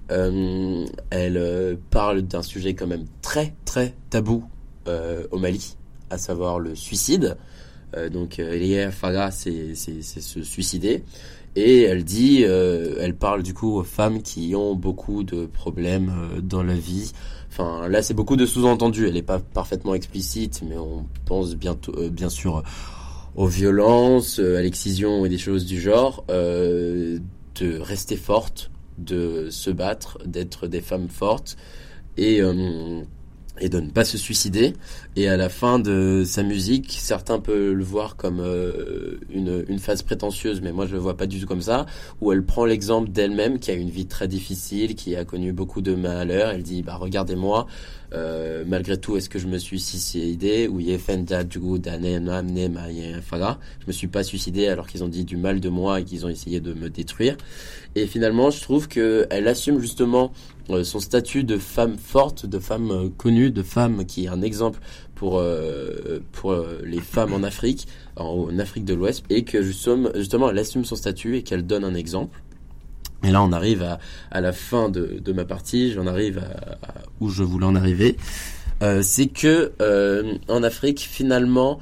elle parle d'un sujet quand même très très tabou au Mali, à savoir le suicide. Donc Yera Faga, c'est se suicider. Et elle parle du coup aux femmes qui ont beaucoup de problèmes dans la vie. Enfin, là, c'est beaucoup de sous-entendus. Elle n'est pas parfaitement explicite, mais on pense bien sûr aux violences, à l'excision et des choses du genre, de rester forte, de se battre, d'être des femmes fortes et de ne pas se suicider. Et à la fin de sa musique, certains peuvent le voir comme une phase prétentieuse, mais moi je le vois pas du tout comme ça, où elle prend l'exemple d'elle-même qui a une vie très difficile, qui a connu beaucoup de malheurs. Elle dit regardez-moi, malgré tout, est-ce que je me suis suicidé ou je me suis pas suicidé alors qu'ils ont dit du mal de moi et qu'ils ont essayé de me détruire. Et finalement, je trouve que elle assume justement son statut de femme forte, de femme connue, de femme qui est un exemple pour les femmes en Afrique, en Afrique de l'Ouest, et que justement elle assume son statut et qu'elle donne un exemple. Et là, on arrive à la fin de ma partie. J'en arrive à où je voulais en arriver. C'est que en Afrique, finalement,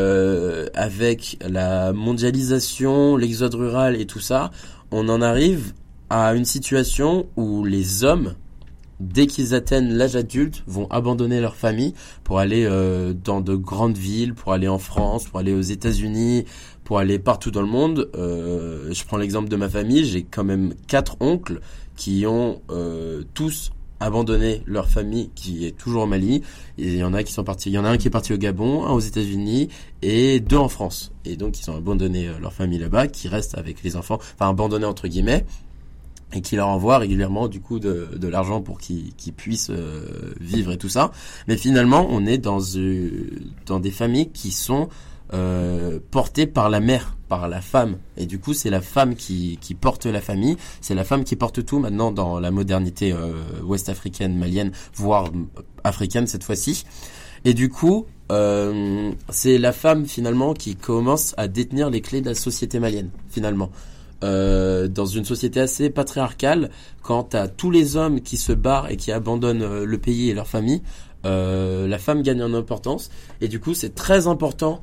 avec la mondialisation, l'exode rural et tout ça, on en arrive à une situation où les hommes, dès qu'ils atteignent l'âge adulte, vont abandonner leur famille pour aller dans de grandes villes, pour aller en France, pour aller aux États-Unis, pour aller partout dans le monde. Je prends l'exemple de ma famille, j'ai quand même 4 oncles qui ont tous abandonné leur famille, qui est toujours au Mali. Et il y en a qui sont partis. Il y en a un qui est parti au Gabon, un aux États-Unis et 2 en France. Et donc ils ont abandonné leur famille là-bas, qui restent avec les enfants, enfin abandonné entre guillemets, et qui leur envoie régulièrement du coup de l'argent pour qu'ils puissent vivre et tout ça. Mais finalement, on est dans des familles qui sont portées par la mère, par la femme, et du coup c'est la femme qui porte la famille, c'est la femme qui porte tout maintenant dans la modernité ouest-africaine, malienne, voire africaine cette fois-ci. Et du coup c'est la femme finalement qui commence à détenir les clés de la société malienne finalement. Dans une société assez patriarcale, quand t'as tous les hommes qui se barrent et qui abandonnent le pays et leur famille, la femme gagne en importance. Et du coup c'est très important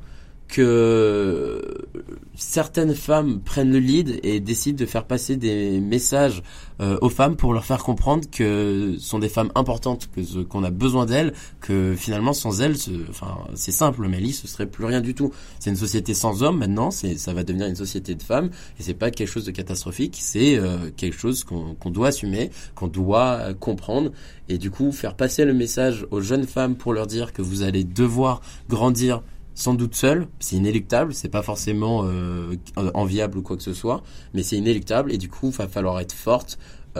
que certaines femmes prennent le lead et décident de faire passer des messages aux femmes pour leur faire comprendre que sont des femmes importantes, qu'on a besoin d'elles, que finalement sans elles, c'est simple, le Mali ce serait plus rien du tout. C'est une société sans hommes maintenant, ça va devenir une société de femmes, et c'est pas quelque chose de catastrophique, c'est quelque chose qu'on doit assumer, qu'on doit comprendre, et du coup faire passer le message aux jeunes femmes pour leur dire que vous allez devoir grandir sans doute seul, c'est inéluctable, c'est pas forcément enviable ou quoi que ce soit, mais c'est inéluctable, et du coup il va falloir être forte,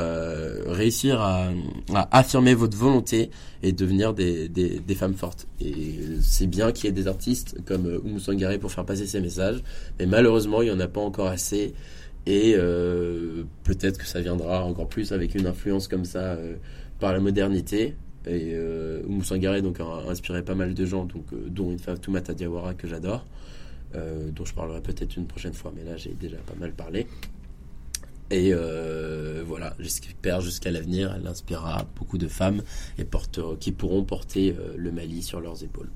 réussir à affirmer votre volonté et devenir des femmes fortes. Et c'est bien qu'il y ait des artistes comme Oumou Sangaré pour faire passer ces messages, mais malheureusement il y en a pas encore assez, et peut-être que ça viendra encore plus avec une influence comme ça par la modernité. Et Oumou Sangaré donc a inspiré pas mal de gens, donc dont une femme Toumata Diawara que j'adore, dont je parlerai peut-être une prochaine fois, mais là j'ai déjà pas mal parlé. Et voilà, j'espère jusqu'à l'avenir elle inspirera beaucoup de femmes et qui pourront porter le Mali sur leurs épaules.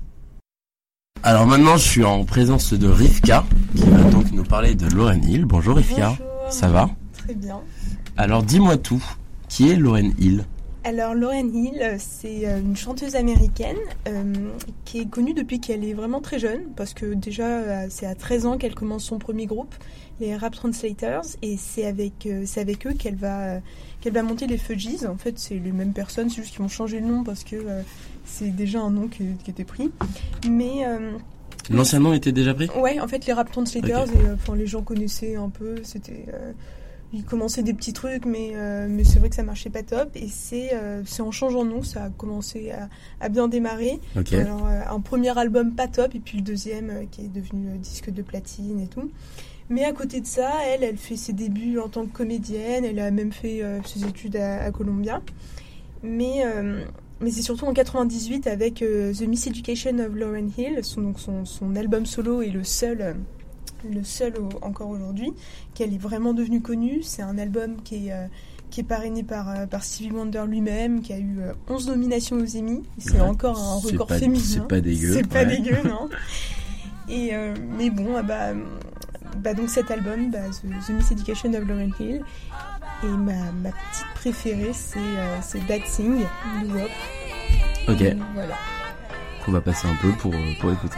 Alors maintenant je suis en présence de Rivka qui va donc nous parler de Lauryn Hill. Bonjour Rivka. Bonjour. Ça va? Très bien. Alors dis-moi tout, qui est Lauryn Hill? Alors Lauryn Hill, c'est une chanteuse américaine qui est connue depuis qu'elle est vraiment très jeune, parce que déjà c'est à 13 ans qu'elle commence son premier groupe, les Rap Translators, et c'est avec eux qu'elle va monter les Fugees. En fait c'est les mêmes personnes, c'est juste qu'ils vont changer le nom parce que c'est déjà un nom qui était pris. Mais l'ancien nom était déjà pris? Ouais, en fait les Rap Translators, okay. Et les gens connaissaient un peu, c'était... Ils commençaient des petits trucs, mais c'est vrai que ça marchait pas top. Et c'est en changeant de nom, ça a commencé à bien démarrer. Okay. Alors, un premier album pas top, et puis le deuxième qui est devenu disque de platine et tout. Mais à côté de ça, elle fait ses débuts en tant que comédienne. Elle a même fait ses études à Columbia. Mais Mais c'est surtout en 98 avec The Miseducation of Lauryn Hill, son album solo est le seul encore aujourd'hui, qu'elle est vraiment devenue connue. C'est un album qui est parrainé par Stevie Wonder lui-même, qui a eu 11 nominations aux Emmy. C'est encore un record féminin. C'est pas dégueu. C'est pas dégueu, non. Et mais bon, donc cet album, The Miseducation of Lauryn Hill. Et ma petite préférée, c'est That Thing de Wop. Ok. Voilà. On va passer un peu pour écouter.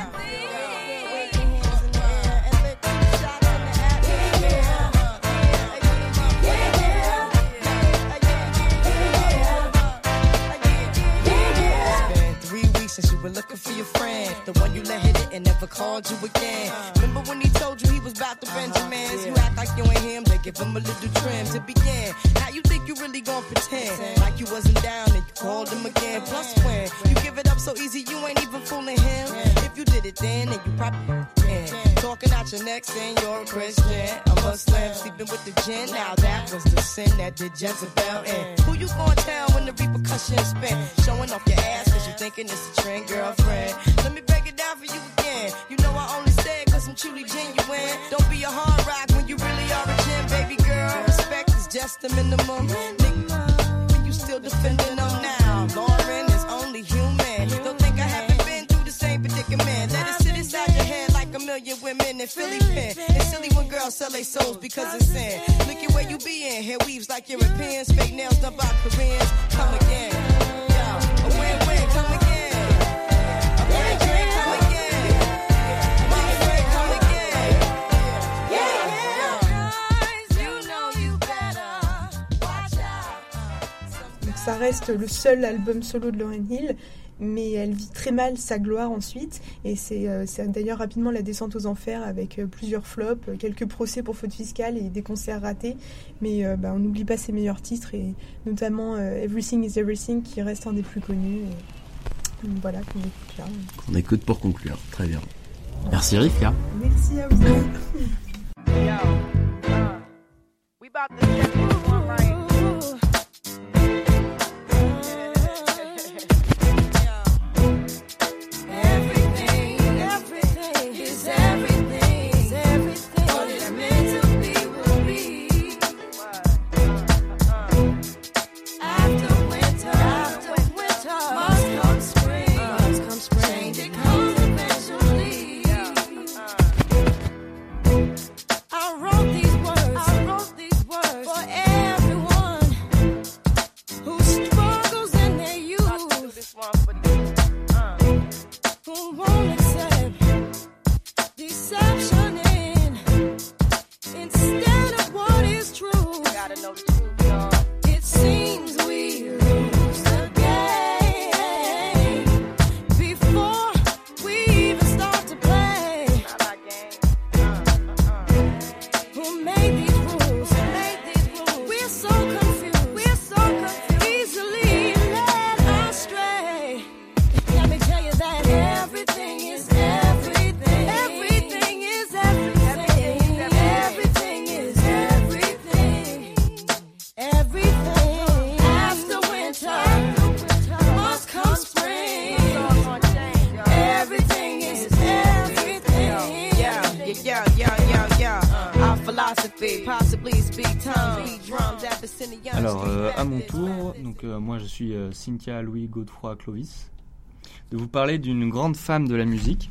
Since you were looking for your friend, the one you let hit it and never called you again. Remember when he told you he was about to Benjamins? You act like you ain't him, they give him a little trim to begin. Now you think you really gon' pretend like you wasn't down and you called him again. Plus when you give it up so easy, you ain't even fooling him. If you did it then you probably talking out your neck saying you're a Christian, a Muslim, sleeping with the gin. Now that was the sin that did Jezebel in. Who you gonna tell when the repercussions spin? Showing off your ass cause you thinking it's a trend, girlfriend. Let me break it down for you again. You know I only say it cause I'm truly genuine. Don't be a hard rock when you really are a gem, baby girl. Respect is just the minimum. Nigga, when you still defending them now. Lauren is only human. Don't think I haven't been through the same predicament. Let it sit inside your head like a million women in Philly pen. It's silly when girls sell their souls because it's sin. Look at where you be in. Hair weaves like Europeans. Fake nails done by Koreans. Come again. Yo, a win-win, come again. Ça reste le seul album solo de Lauryn Hill, mais elle vit très mal sa gloire ensuite, et c'est d'ailleurs rapidement la descente aux enfers avec plusieurs flops, quelques procès pour faute fiscale et des concerts ratés, mais on n'oublie pas ses meilleurs titres, et notamment Everything is Everything qui reste un des plus connus. Et voilà, qu'on écoute là. Qu'on écoute pour conclure, très bien. Merci Rifia. Merci à vous. We about to get this one right. Alors, à mon tour, donc moi je suis Cynthia Louis Godefroy Clovis, de vous parler d'une grande femme de la musique.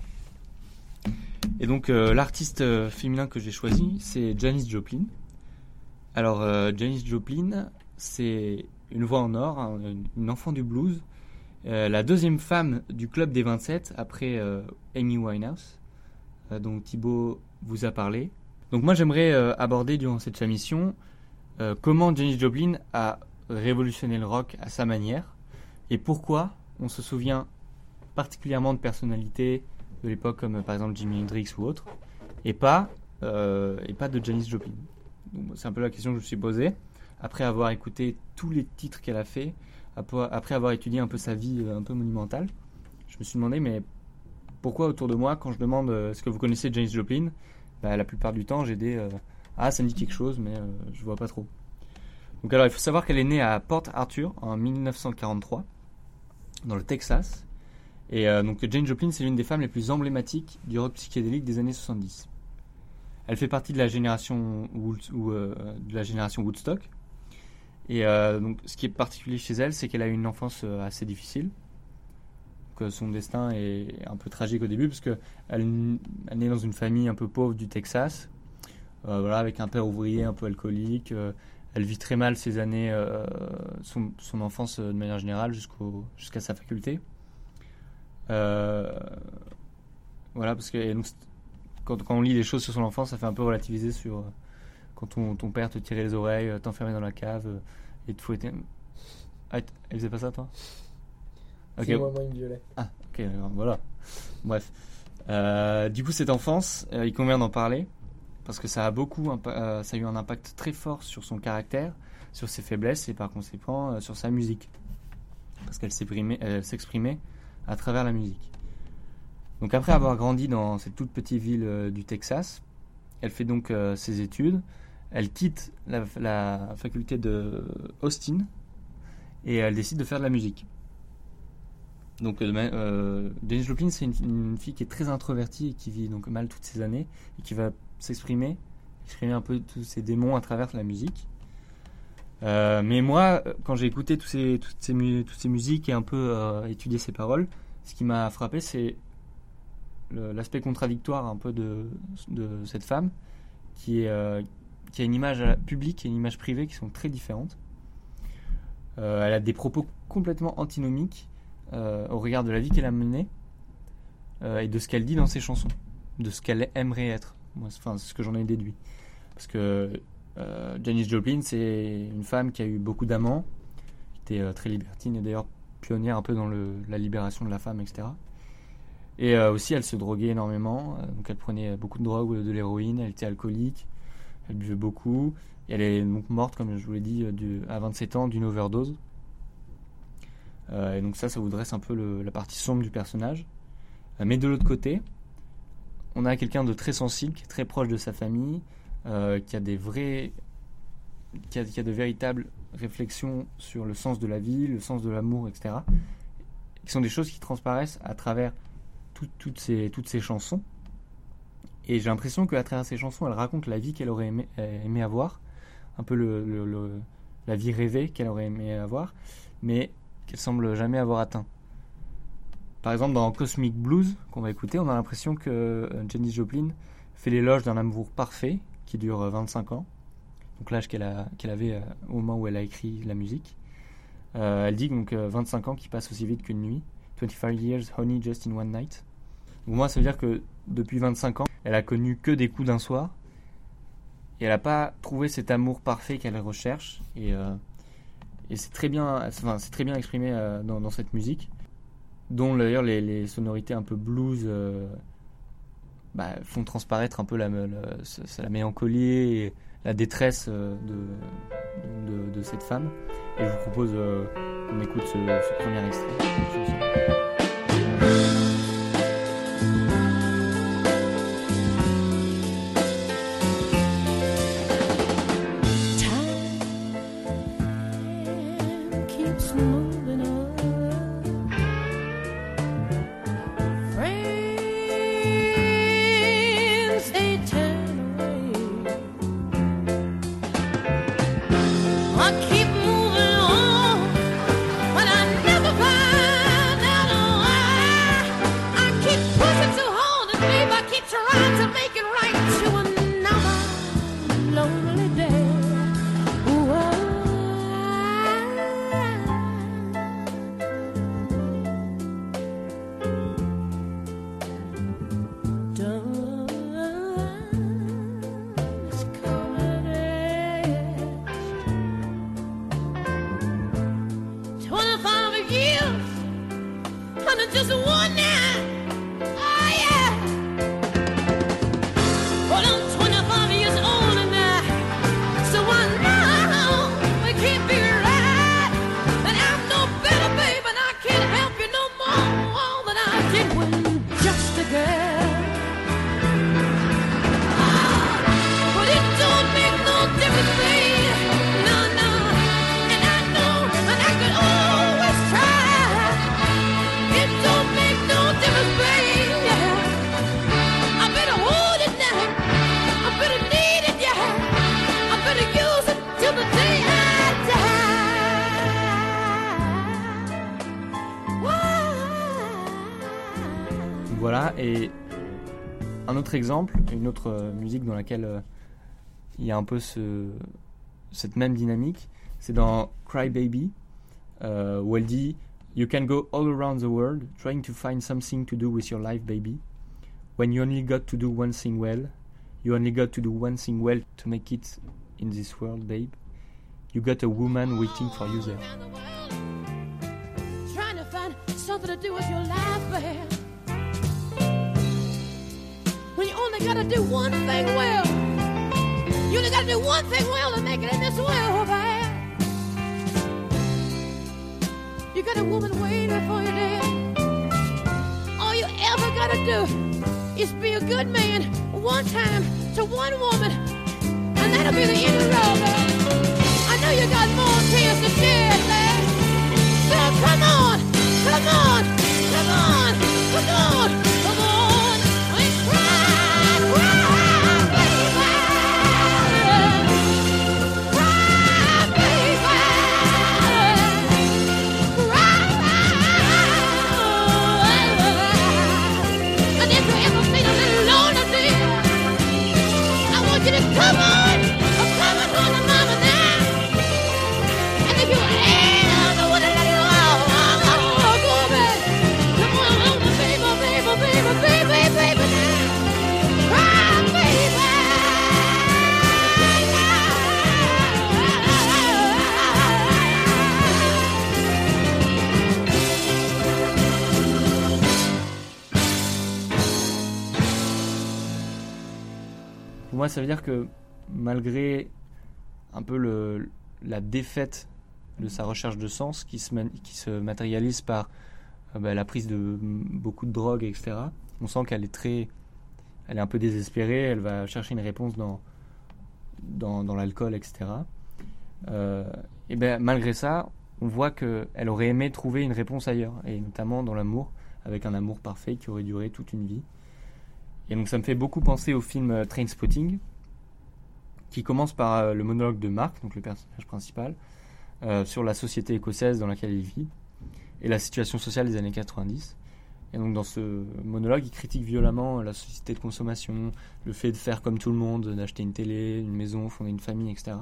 Et donc l'artiste féminin que j'ai choisi, c'est Janis Joplin. Alors Janis Joplin, c'est une voix en or, hein, une enfant du blues, la deuxième femme du club des 27 après Amy Winehouse, dont Thibaut vous a parlé. Donc moi j'aimerais aborder durant cette émission comment Janis Joplin a révolutionné le rock à sa manière et pourquoi on se souvient particulièrement de personnalités de l'époque comme par exemple Jimi Hendrix ou autre et pas de Janis Joplin. Donc, c'est un peu la question que je me suis posée après avoir écouté tous les titres qu'elle a fait, après avoir étudié un peu sa vie un peu monumentale. Je me suis demandé mais pourquoi autour de moi quand je demande est-ce que vous connaissez Janis Joplin, la plupart du temps j'ai des ça me dit quelque chose mais je vois pas trop. Donc alors il faut savoir qu'elle est née à Port Arthur en 1943 dans le Texas. Et donc Janis Joplin, c'est l'une des femmes les plus emblématiques du rock psychédélique des années 70. Elle fait partie de la génération Woodstock. Et donc, ce qui est particulier chez elle, c'est qu'elle a eu une enfance assez difficile. Donc, son destin est un peu tragique au début, parce qu'elle est née dans une famille un peu pauvre du Texas, avec un père ouvrier un peu alcoolique. Elle vit très mal ses années, son enfance de manière générale, jusqu'à sa faculté. Parce que donc, quand on lit des choses sur son enfance, ça fait un peu relativiser sur quand ton père te tirait les oreilles, t'enfermait dans la cave et te fouettait. Ah, elle faisait pas ça, toi? Ok. C'est moi, il me violait. Ah, ok, voilà. Bref. Du coup, cette enfance, il convient d'en parler parce que ça a eu un impact très fort sur son caractère, sur ses faiblesses et par conséquent sur sa musique. Parce qu'elle s'exprimait à travers la musique. Donc après avoir grandi dans cette toute petite ville du Texas, elle fait donc ses études. Elle quitte la faculté de Austin et elle décide de faire de la musique. Donc Janis Joplin, c'est une fille qui est très introvertie et qui vit donc mal toutes ces années et qui va exprimer un peu tous ses démons à travers la musique. Mais moi, quand j'ai écouté toutes ces musiques et un peu étudié ses paroles, ce qui m'a frappé, c'est l'aspect contradictoire un peu de cette femme qui a une image publique et une image privée qui sont très différentes. Elle a des propos complètement antinomiques au regard de la vie qu'elle a menée et de ce qu'elle dit dans ses chansons, de ce qu'elle aimerait être. Moi, c'est ce que j'en ai déduit. Parce que Janis Joplin, c'est une femme qui a eu beaucoup d'amants, qui était très libertine et d'ailleurs pionnière un peu dans la libération de la femme, etc. Et aussi, elle se droguait énormément. Donc, elle prenait beaucoup de drogue, de l'héroïne. Elle était alcoolique. Elle buvait beaucoup. Et elle est donc morte, comme je vous l'ai dit, à 27 ans d'une overdose. Et donc ça vous dresse un peu la partie sombre du personnage. Mais de l'autre côté, on a quelqu'un de très sensible, qui est très proche de sa famille, qui a de véritables réflexions sur le sens de la vie, le sens de l'amour, etc. Qui sont des choses qui transparaissent à travers toutes ces chansons. Et j'ai l'impression qu'à travers ces chansons, elle raconte la vie qu'elle aurait aimé avoir, un peu la vie rêvée qu'elle aurait aimé avoir, mais qu'elle semble jamais avoir atteint. Par exemple, dans Cosmic Blues, qu'on va écouter, on a l'impression que Janis Joplin fait l'éloge d'un amour parfait qui dure 25 ans, donc l'âge qu'elle avait au moment où elle a écrit la musique. Elle dit donc 25 ans qui passent aussi vite qu'une nuit. 25 years, honey, just in one night. Donc moi, ça veut dire que depuis 25 ans, elle a connu que des coups d'un soir. Et elle n'a pas trouvé cet amour parfait qu'elle recherche. Et c'est très bien exprimé dans cette musique, dont d'ailleurs les sonorités un peu blues font transparaître un peu la mélancolie et la détresse de cette femme. Et je vous propose qu'on écoute ce premier extrait. voilà, et un autre exemple, une autre musique dans laquelle il y a un peu cette même dynamique, c'est dans Cry Baby, où elle dit « You can go all around the world trying to find something to do with your life, baby. When you only got to do one thing well, you only got to do one thing well to make it in this world, babe. You got a woman waiting for you there. » Trying to find something to do with your life, babe. When you only gotta do one thing well. You only gotta do one thing well to make it in this world, babe. You got a woman waiting for you there. All you ever gotta do is be a good man one time to one woman, and that'll be the end of the road, babe. I know you got more tears to shed, babe. So come on, come on, come on, come on, come on, and cry, cry, baby. Cry, baby. And if you ever feel a little lonely, dear, I want you to come on to the mama now. And if you ever want to let it all go, baby, come on, baby, now. Cry, baby. Pour moi, ça veut dire que malgré un peu la défaite de sa recherche de sens qui se matérialise par la prise de beaucoup de drogue, etc., on sent qu'elle est un peu désespérée, elle va chercher une réponse dans l'alcool, etc. Et malgré ça, on voit qu'elle aurait aimé trouver une réponse ailleurs, et notamment dans l'amour, avec un amour parfait qui aurait duré toute une vie. Et donc ça me fait beaucoup penser au film Trainspotting, qui commence par le monologue de Mark, donc le personnage principal, sur la société écossaise dans laquelle il vit, et la situation sociale des années 90. Et donc dans ce monologue, il critique violemment la société de consommation, le fait de faire comme tout le monde, d'acheter une télé, une maison, fonder une famille, etc.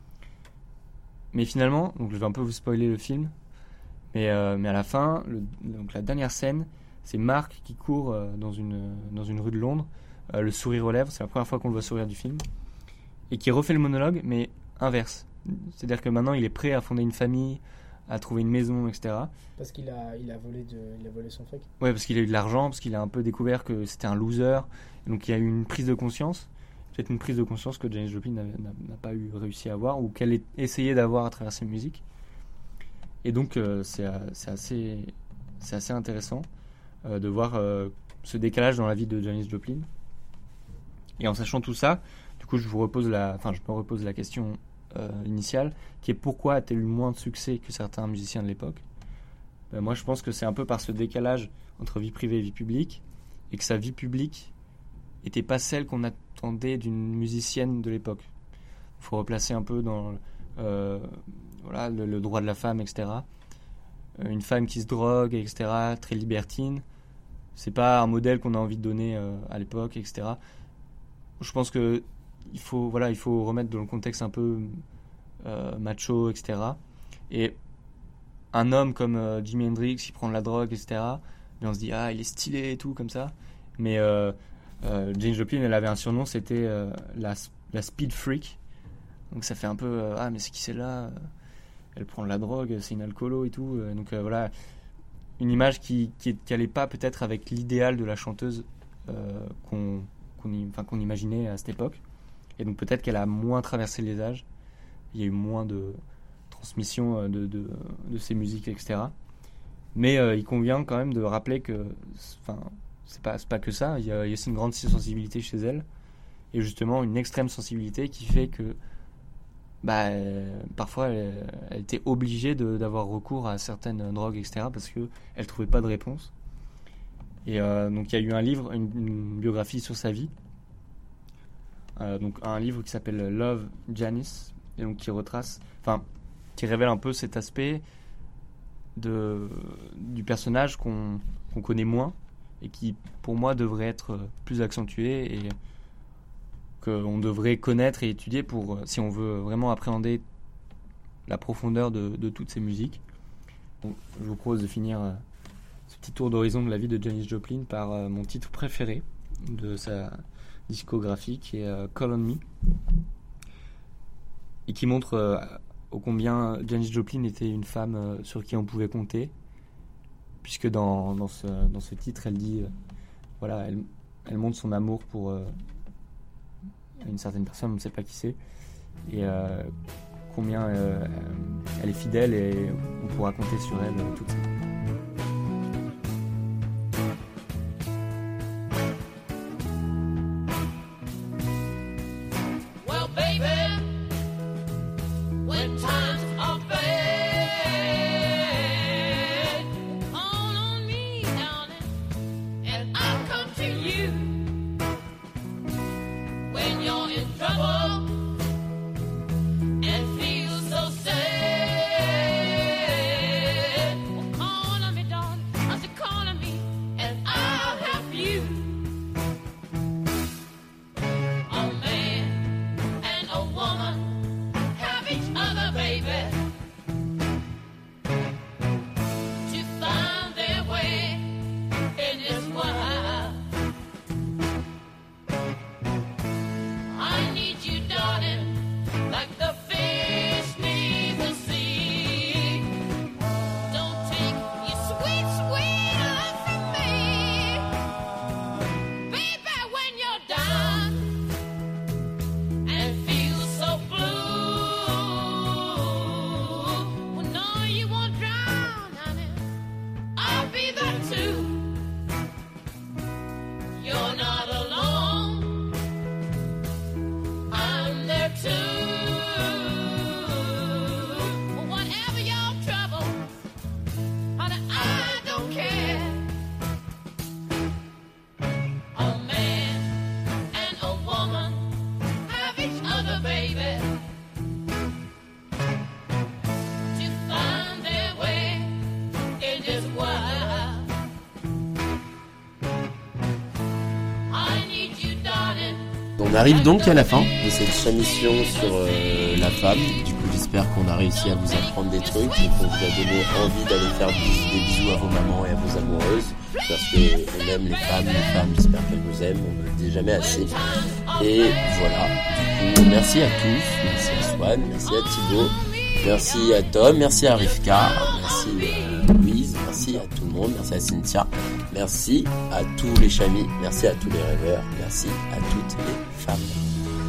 Mais finalement, donc je vais un peu vous spoiler le film, mais à la fin, donc la dernière scène, c'est Mark qui court dans une rue de Londres, le sourire aux lèvres, c'est la première fois qu'on le voit sourire du film, et qui refait le monologue, mais inverse. C'est-à-dire que maintenant, il est prêt à fonder une famille, à trouver une maison, etc. Parce qu'il a volé son fric. Ouais, parce qu'il a eu de l'argent, parce qu'il a un peu découvert que c'était un loser. Donc il y a eu une prise de conscience, peut-être une prise de conscience que Janis Joplin n'a pas réussi à avoir, ou qu'elle essayait d'avoir à travers ses musiques. Et donc c'est assez intéressant de voir ce décalage dans la vie de Janis Joplin. Et en sachant tout ça, du coup je me repose la question initiale, qui est pourquoi a-t-elle eu moins de succès que certains musiciens de l'époque. Moi je pense que c'est un peu par ce décalage entre vie privée et vie publique, et que sa vie publique n'était pas celle qu'on attendait d'une musicienne de l'époque. Il faut replacer un peu dans le droit de la femme, etc. Une femme qui se drogue, etc., très libertine, c'est pas un modèle qu'on a envie de donner à l'époque, etc. Je pense que il faut remettre dans le contexte un peu macho, etc. Et un homme comme Jimi Hendrix qui prend de la drogue, etc., et on se dit il est stylé et tout comme ça. Mais Janis Joplin, elle avait un surnom, c'était la speed freak. Donc ça fait un peu mais c'est qui celle-là, elle prend de la drogue, c'est une alcoolo et tout. Donc voilà, une image qui allait pas peut-être avec l'idéal de la chanteuse qu'on imaginait à cette époque. Et donc peut-être qu'elle a moins traversé les âges, il y a eu moins de transmission de ses musiques, etc. Mais il convient quand même de rappeler que c'est pas que ça, il y a aussi une grande sensibilité chez elle, et justement une extrême sensibilité qui fait que parfois elle était obligée d'avoir recours à certaines drogues, etc., parce qu'elle trouvait pas de réponse. Et donc il y a eu un livre, une biographie sur sa vie, donc un livre qui s'appelle Love, Janis, et donc qui révèle un peu cet aspect du personnage qu'on connaît moins, et qui pour moi devrait être plus accentué et qu'on devrait connaître et étudier pour si on veut vraiment appréhender la profondeur de toutes ces musiques. Donc, je vous propose de finir ce petit tour d'horizon de la vie de Janis Joplin par mon titre préféré de sa discographie qui est Call on Me, et qui montre ô combien Janis Joplin était une femme sur qui on pouvait compter, puisque dans ce titre elle dit voilà, elle montre son amour pour une certaine personne, on ne sait pas qui c'est, et combien elle est fidèle et on pourra compter sur elle toute sa vie. On arrive donc à la fin de cette émission sur la femme. Du coup, j'espère qu'on a réussi à vous apprendre des trucs et qu'on vous a donné envie d'aller faire des bisous à vos mamans et à vos amoureuses, parce qu'on aime les femmes, j'espère qu'elles nous aiment, on ne le dit jamais assez. Et voilà, du coup, merci à tous, merci à Swan, merci à Thibaut, merci à Tom, merci à Rivka, merci à Louise, merci à tout le monde, merci à Cynthia, merci à tous les chamis, merci à tous les rêveurs, merci à toutes les femmes.